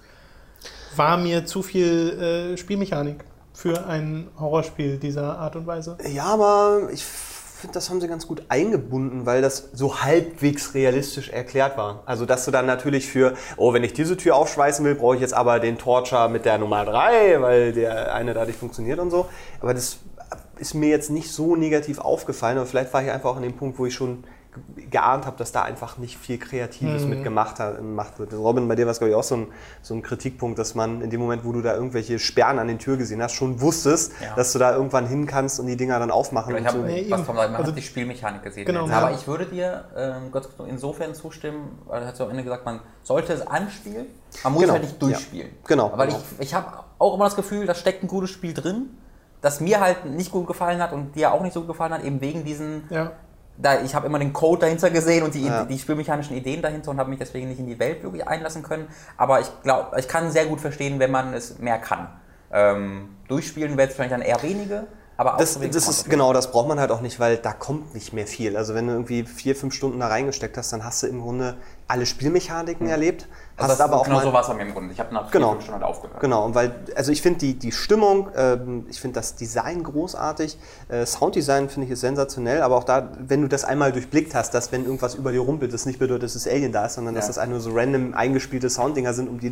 war mir zu viel Spielmechanik für ein Horrorspiel dieser Art und Weise. Ja, aber ich finde, das haben sie ganz gut eingebunden, weil das so halbwegs realistisch erklärt war. Also, dass du dann natürlich wenn ich diese Tür aufschweißen will, brauche ich jetzt aber den Torcher mit der Nummer 3, weil der eine dadurch funktioniert und so. Aber das ist mir jetzt nicht so negativ aufgefallen, aber vielleicht war ich einfach auch an dem Punkt, wo ich schon geahnt habe, dass da einfach nicht viel Kreatives mit gemacht wird. Robin, bei dir war es, glaube ich, auch so ein Kritikpunkt, dass man in dem Moment, wo du da irgendwelche Sperren an den Türen gesehen hast, schon wusstest, dass du da irgendwann hin kannst und die Dinger dann aufmachen. Man hat die Spielmechanik gesehen. Genau, aber ich würde dir insofern zustimmen, weil du hast ja am Ende gesagt, man sollte es anspielen, man muss halt nicht durchspielen. Genau. Weil ich habe auch immer das Gefühl, da steckt ein gutes Spiel drin, das mir halt nicht gut gefallen hat und dir auch nicht so gut gefallen hat, eben wegen diesen... Ja. Ich habe immer den Code dahinter gesehen und die spielmechanischen Ideen dahinter und habe mich deswegen nicht in die Welt wirklich einlassen können. Aber ich glaube, ich kann sehr gut verstehen, wenn man es mehr kann. Durchspielen wird es vielleicht dann eher wenige. Aber das braucht man halt auch nicht, weil da kommt nicht mehr viel. Also wenn du irgendwie 4, 5 Stunden da reingesteckt hast, dann hast du im Grunde alle Spielmechaniken erlebt. Also aber auch genau so war es bei mir im Grunde. Ich habe nach 4, 5 Stunden halt aufgehört. Genau, und ich finde die Stimmung, ich finde das Design großartig, Sounddesign finde ich ist sensationell, aber auch da, wenn du das einmal durchblickt hast, dass wenn irgendwas über dir rumpelt, das nicht bedeutet, dass das Alien da ist, sondern dass das nur so random eingespielte Sounddinger sind, um dir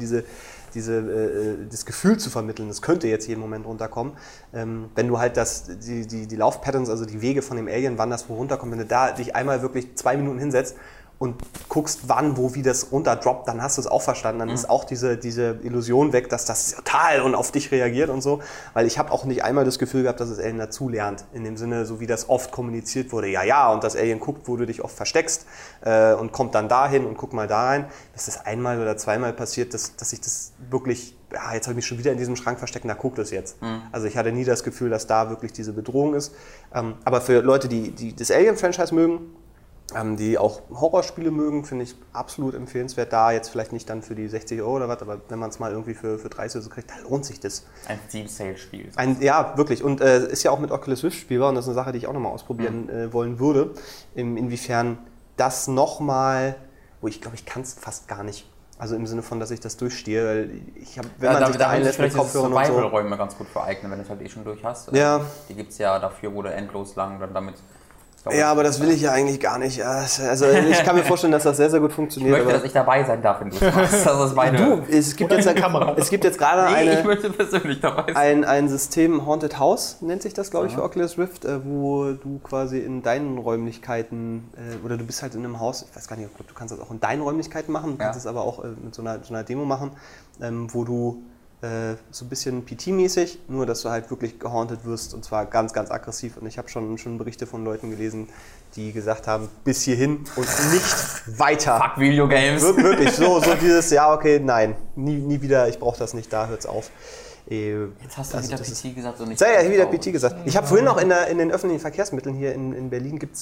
das Gefühl zu vermitteln, das könnte jetzt jeden Moment runterkommen. Wenn du halt die Laufpatterns, also die Wege von dem Alien, wann das wo runterkommt, wenn du da dich einmal wirklich 2 Minuten hinsetzt und guckst, wann, wo, wie das runterdroppt, dann hast du es auch verstanden. Dann ist auch diese Illusion weg, dass das total und auf dich reagiert und so. Weil ich habe auch nicht einmal das Gefühl gehabt, dass das Alien dazulernt. In dem Sinne, so wie das oft kommuniziert wurde, und das Alien guckt, wo du dich oft versteckst und kommt dann dahin und guck mal da rein. Dass das einmal oder zweimal passiert, dass ich das wirklich, jetzt habe ich mich schon wieder in diesem Schrank versteckt und da guckt es jetzt. Also ich hatte nie das Gefühl, dass da wirklich diese Bedrohung ist. Aber für Leute, die das Alien-Franchise mögen, die auch Horrorspiele mögen, finde ich absolut empfehlenswert. Da jetzt vielleicht nicht dann für die 60 € oder was, aber wenn man es mal irgendwie für 30 € so kriegt, da lohnt sich das. Ein Steam-Sale-Spiel. Ja, wirklich. Und ist ja auch mit Oculus Rift spielbar und das ist eine Sache, die ich auch nochmal ausprobieren wollen würde. Inwiefern das nochmal, ich glaube, ich kann es fast gar nicht. Also im Sinne von, dass ich das durchstehe, weil wenn man sich da einlässt mit Kopfhörern und so. Survival-Räume ganz gut vereignen, wenn du es halt schon durch hast. Ja. Die gibt es ja dafür, wo du endlos lang dann damit... Ja, aber das will ich ja eigentlich gar nicht. Also ich kann mir vorstellen, dass das sehr, sehr gut funktioniert. Ich möchte, dass ich dabei sein darf, wenn du es machst. Das ist meine... es gibt jetzt gerade ich möchte persönlich dabei sein. Ein System Haunted House, nennt sich das, glaube ich, für Oculus Rift, wo du quasi in deinen Räumlichkeiten, oder du bist halt in einem Haus, ich weiß gar nicht, du kannst das auch in deinen Räumlichkeiten machen, du kannst es aber auch mit so einer Demo machen, wo du so ein bisschen PT-mäßig, nur dass du halt wirklich gehaunted wirst und zwar ganz, ganz aggressiv. Und ich habe schon Berichte von Leuten gelesen, die gesagt haben, bis hierhin und nicht weiter. Fuck Videogames. Wirklich, so dieses, ja okay, nein, nie wieder, ich brauche das nicht, da hört's auf. Jetzt hast du wieder PT gesagt und nicht. Ja, wieder PT gesagt. Ich habe vorhin auch in den öffentlichen Verkehrsmitteln hier in Berlin gibt's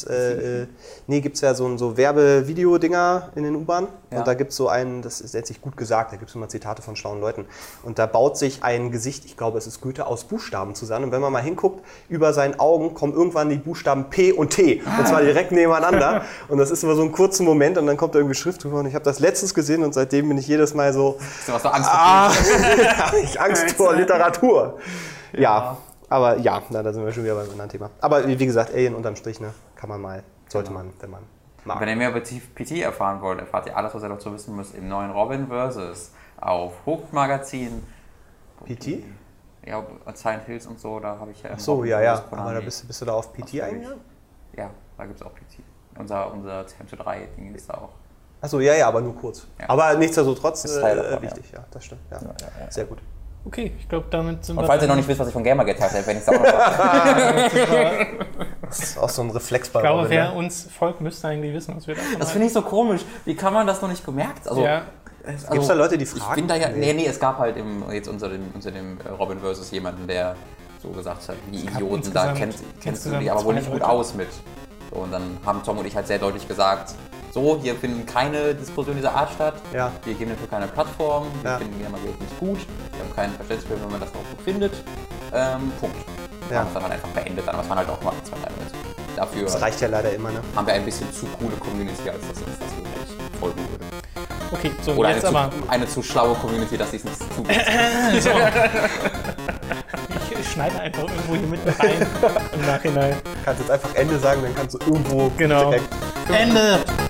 ja so Werbe-Video-Dinger in den U-Bahnen. Ja. Und da gibt es so einen, das ist letztlich gut gesagt, da gibt es immer Zitate von schlauen Leuten. Und da baut sich ein Gesicht, ich glaube es ist Goethe, aus Buchstaben zusammen. Und wenn man mal hinguckt, über seinen Augen kommen irgendwann die Buchstaben P und T. Und zwar direkt nebeneinander. Und das ist immer so ein kurzer Moment und dann kommt da irgendwie Schrift drüber. Und ich habe das letztens gesehen und seitdem bin ich jedes Mal so... Du hast doch Angst vor habe ich Angst vor Literatur. Ja, aber ja, da sind wir schon wieder beim anderen Thema. Aber wie gesagt, Alien unterm Strich, ne, kann man mal, sollte man, wenn man mag. Wenn ihr mehr über PT erfahren wollt, erfahrt ihr alles, was ihr dazu wissen müsst, im neuen Robin vs. auf Hooked Magazin. PT? Ja, Silent Hills und so, da habe ich ja... Ach so, ja. Aber da bist du da auf PT eingegangen? Ja, da gibt es auch PT. Unser TM3-Ding ist da auch. Achso, ja, aber nur kurz. Ja. Aber nichtsdestotrotz wichtig, ja, das stimmt. Ja. Sehr gut. Okay, ich glaube, damit sind wir... Und falls ihr noch nicht wisst, was ich von Gamergate habe, wenn ich es auch noch sage. Das ist auch so ein Reflex bei Ich glaube, wer uns folgt, müsste eigentlich wissen, was wir da machen. Das finde ich so komisch. Wie kann man das noch nicht gemerkt? Also, ja. Gibt es da Leute, die fragen? Ich bin da ja... Nee, es gab halt jetzt unter dem Robin vs. jemanden, der so gesagt hat, die Idioten, da kennst du die aber wohl nicht gut aus mit. So, und dann haben Tom und ich halt sehr deutlich gesagt, so, hier finden keine Diskussionen dieser Art statt. Ja. Wir geben dafür keine Plattform. Wir finden Gamergate nicht gut. Wir haben kein Verständnis für, wenn man das auch gut findet. Punkt. Ja. Haben es dann halt einfach beendet. Aber es waren halt auch mal 2 Teile mit. Dafür das reicht ja leider immer, ne? haben wir ein bisschen zu coole Community, als dass uns das wirklich folgen würde. Okay, so Oder jetzt eine zu schlaue Community, dass sie es nicht zu gut so. Ich schneide einfach irgendwo hier mitten rein im Nachhinein. Du kannst jetzt einfach Ende sagen, dann kannst du irgendwo genau. direkt... Ende!